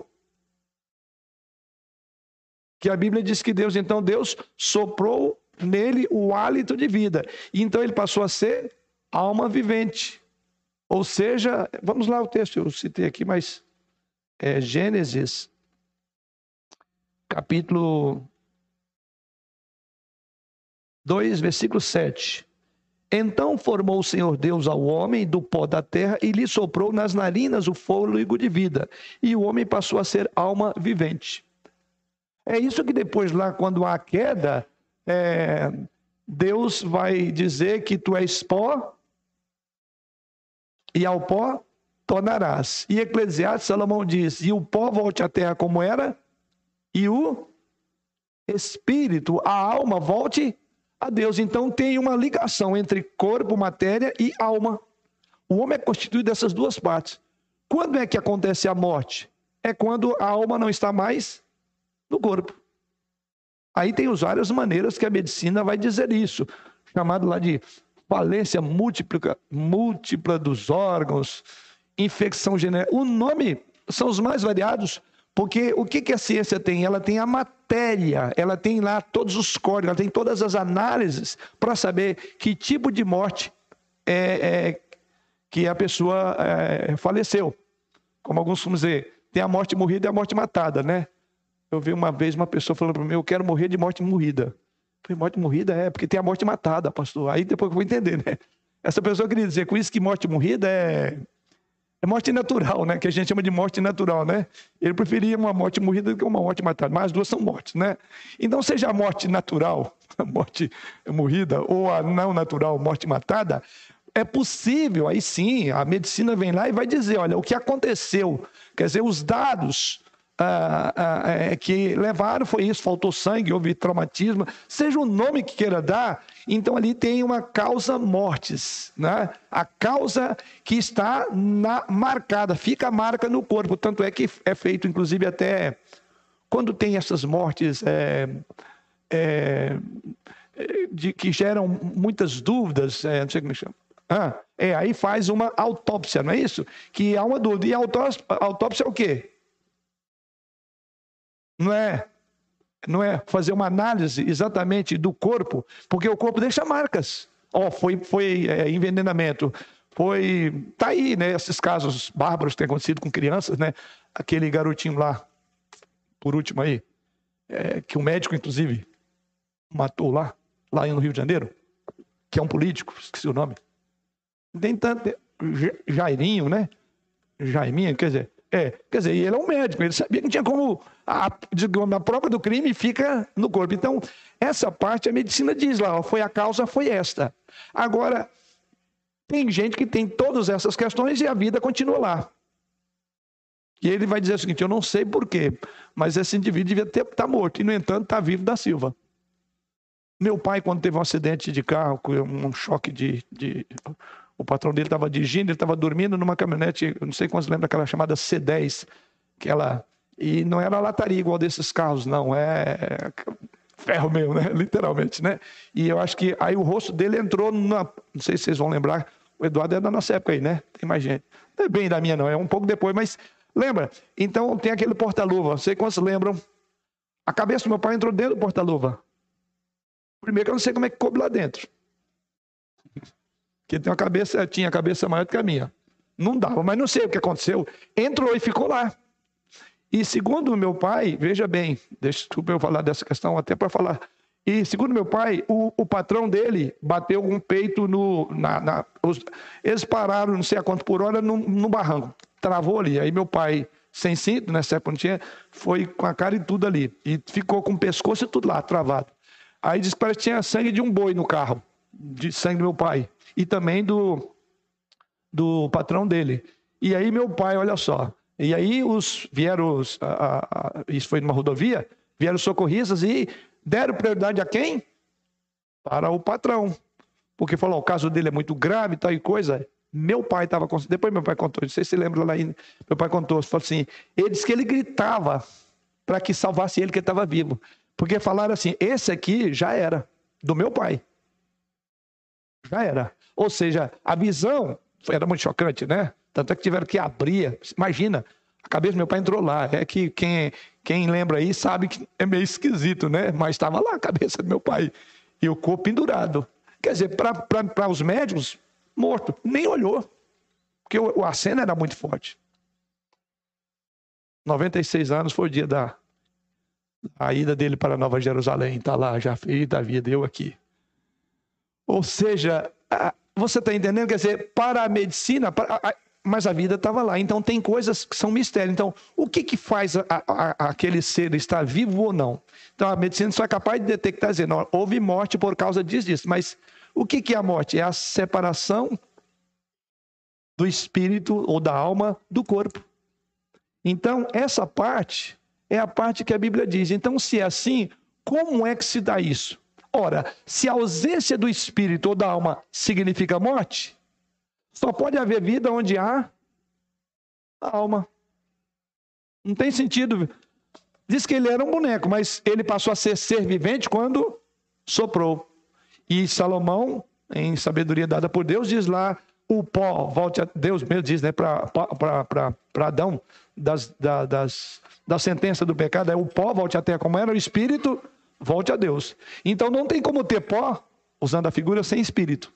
Que a Bíblia diz que Deus, então Deus soprou nele o hálito de vida. E então ele passou a ser alma vivente. Ou seja, vamos lá o texto, eu citei aqui, mas é Gênesis capítulo dois, versículo sete. Então formou o Senhor Deus ao homem do pó da terra e lhe soprou nas narinas o fôlego de vida. E o homem passou a ser alma vivente. É isso que depois lá, quando há a queda, é, Deus vai dizer que tu és pó e ao pó tornarás. E Eclesiastes, Salomão diz, e o pó volte à terra como era, e o espírito, a alma, volte a Deus. Então tem uma ligação entre corpo, matéria e alma. O homem é constituído dessas duas partes. Quando é que acontece a morte? É quando a alma não está mais no corpo. Aí tem as várias maneiras que a medicina vai dizer isso, chamado lá de falência múltipla, múltipla dos órgãos, infecção genética. O nome são os mais variados. Porque o que a ciência tem? Ela tem a matéria, ela tem lá todos os códigos, ela tem todas as análises para saber que tipo de morte é, é, que a pessoa é, faleceu. Como alguns vamos dizer, tem a morte morrida e a morte matada, né? Eu vi uma vez uma pessoa falando para mim, eu quero morrer de morte morrida. Eu falei, morte morrida é, porque tem a morte matada, pastor. Aí depois eu vou entender, né? Essa pessoa queria dizer com isso que morte morrida é... É morte natural, né? Que a gente chama de morte natural, né? Ele preferia uma morte morrida do que uma morte matada. Mas as duas são mortes, né? Então, seja a morte natural, a morte morrida, ou a não natural, morte matada, é possível, aí sim, a medicina vem lá e vai dizer, olha, o que aconteceu, quer dizer, os dados ah, ah, é, que levaram foi isso, faltou sangue, houve traumatismo, seja o nome que queira dar, então ali tem uma causa mortis, né? A causa que está na, marcada, fica a marca no corpo, tanto é que é feito, inclusive, até quando tem essas mortes é, é, de, que geram muitas dúvidas, é, não sei como chama. Ah, é, aí faz uma autópsia, não é isso? Que há uma dúvida. E a autópsia, a autópsia é o quê? Não é, não é fazer uma análise exatamente do corpo, porque o corpo deixa marcas. Ó, oh, foi, foi é, envenenamento, foi... Tá aí, né? Esses casos bárbaros que têm acontecido com crianças, né? Aquele garotinho lá, por último aí, é, que o médico, inclusive, matou lá, lá no Rio de Janeiro, que é um político, esqueci o nome. Tem tanto... Jairinho, né? Jaiminha, quer dizer... É, quer dizer, ele é um médico, ele sabia que não tinha como... A, a prova do crime fica no corpo. Então, essa parte a medicina diz lá, ó, foi a causa, foi esta. Agora, tem gente que tem todas essas questões e a vida continua lá. E ele vai dizer o seguinte, eu não sei por quê, mas esse indivíduo devia estar tá morto, e no entanto está vivo da Silva. Meu pai, quando teve um acidente de carro, um choque de... de o patrão dele estava dirigindo, ele estava dormindo numa caminhonete, eu não sei quantos lembram daquela chamada C dez, que ela... E não era lataria igual desses carros, não, é ferro mesmo, né? Literalmente, né? E eu acho que aí o rosto dele entrou na... Não sei se vocês vão lembrar, o Eduardo é da nossa época aí, né? Tem mais gente. Não é bem da minha não, é um pouco depois, mas lembra? Então tem aquele porta-luva, não sei quantos lembram. A cabeça do meu pai entrou dentro do porta-luva. Primeiro que eu não sei como é que coube lá dentro. Porque tem uma cabeça, tinha a cabeça maior do que a minha. Não dava, mas não sei o que aconteceu. Entrou e ficou lá. E segundo meu pai, veja bem, deixa eu falar dessa questão até para falar. E segundo meu pai, o, o patrão dele bateu um peito no... Na, na, os, eles pararam, não sei a quanto por hora, no, no barranco. Travou ali. Aí meu pai, sem cinto, nessa época não tinha, foi com a cara e tudo ali. E ficou com o pescoço e tudo lá, travado. Aí disse que parece que tinha sangue de um boi no carro. De sangue do meu pai. E também do, do patrão dele. E aí meu pai, olha só, e aí os, vieram, os, a, a, isso foi numa rodovia, vieram os socorristas e deram prioridade a quem? Para o patrão. Porque falou, o caso dele é muito grave e tal e coisa. Meu pai estava, depois meu pai contou, não sei se você lembra lá ainda, meu pai contou, falou assim, ele disse que ele gritava para que salvasse ele, que ele estava vivo. Porque falaram assim, esse aqui já era, do meu pai. Já era. Ou seja, a visão era muito chocante, né? Tanto é que tiveram que abrir. Imagina, a cabeça do meu pai entrou lá. É que quem, quem lembra aí sabe que é meio esquisito, né? Mas estava lá a cabeça do meu pai. E o corpo pendurado. Quer dizer, para os médicos, morto. Nem olhou. Porque o, a cena era muito forte. noventa e seis anos foi o dia da a ida dele para Nova Jerusalém. Está lá, já fez da vida, eu aqui. Ou seja, você está entendendo? Quer dizer, para a medicina, para a, mas a vida estava lá. Então, tem coisas que são mistério. Então, o que, que faz a, a, aquele ser estar vivo ou não? Então, a medicina só é capaz de detectar, dizer, não, houve morte por causa disso, disso. Mas o que, que é a morte? É a separação do espírito ou da alma do corpo. Então, essa parte é a parte que a Bíblia diz. Então, se é assim, como é que se dá isso? Ora, se a ausência do espírito ou da alma significa morte, só pode haver vida onde há a alma. Não tem sentido. Diz que ele era um boneco, mas ele passou a ser ser vivente quando soprou. E Salomão, em sabedoria dada por Deus, diz lá, o pó, volte a Deus mesmo diz, né, para Adão, das, da, das, da sentença do pecado, é o pó, volte à terra como era, o espírito, volte a Deus. Então não tem como ter pó, usando a figura, sem espírito.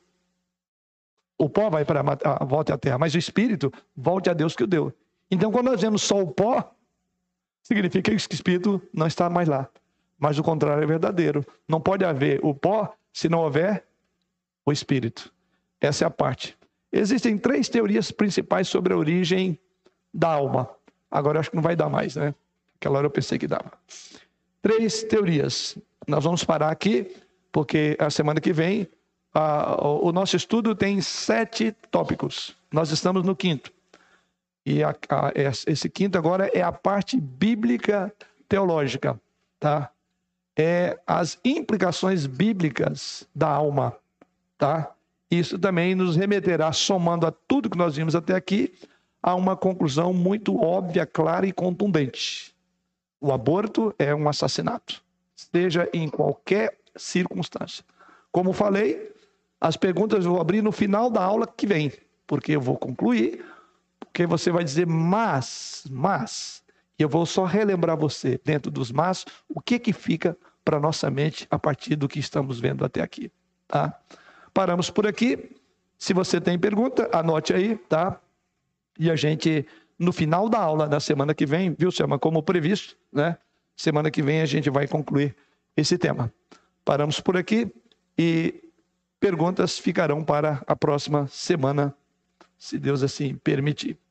O pó vai para a volta à terra, mas o espírito volte a Deus que o deu. Então quando nós vemos só o pó, significa que o espírito não está mais lá. Mas o contrário é verdadeiro. Não pode haver o pó se não houver o espírito. Essa é a parte. Existem três teorias principais sobre a origem da alma. Agora acho que não vai dar mais, né? Aquela hora eu pensei que dava. Três teorias. Nós vamos parar aqui, porque a semana que vem a, o nosso estudo tem sete tópicos. Nós estamos no quinto. E a, a, esse quinto agora é a parte bíblica teológica, tá? É as implicações bíblicas da alma, tá? Isso também nos remeterá, somando a tudo que nós vimos até aqui, a uma conclusão muito óbvia, clara e contundente. O aborto é um assassinato, seja em qualquer circunstância. Como falei, as perguntas eu vou abrir no final da aula que vem, porque eu vou concluir, porque você vai dizer mas, mas, e eu vou só relembrar você, dentro dos mas, o que que fica para nossa mente a partir do que estamos vendo até aqui, tá? Paramos por aqui. Se você tem pergunta, anote aí, tá? E a gente, no final da aula da semana que vem, viu, Selma, como previsto, né? Semana que vem a gente vai concluir esse tema. Paramos por aqui e perguntas ficarão para a próxima semana, se Deus assim permitir.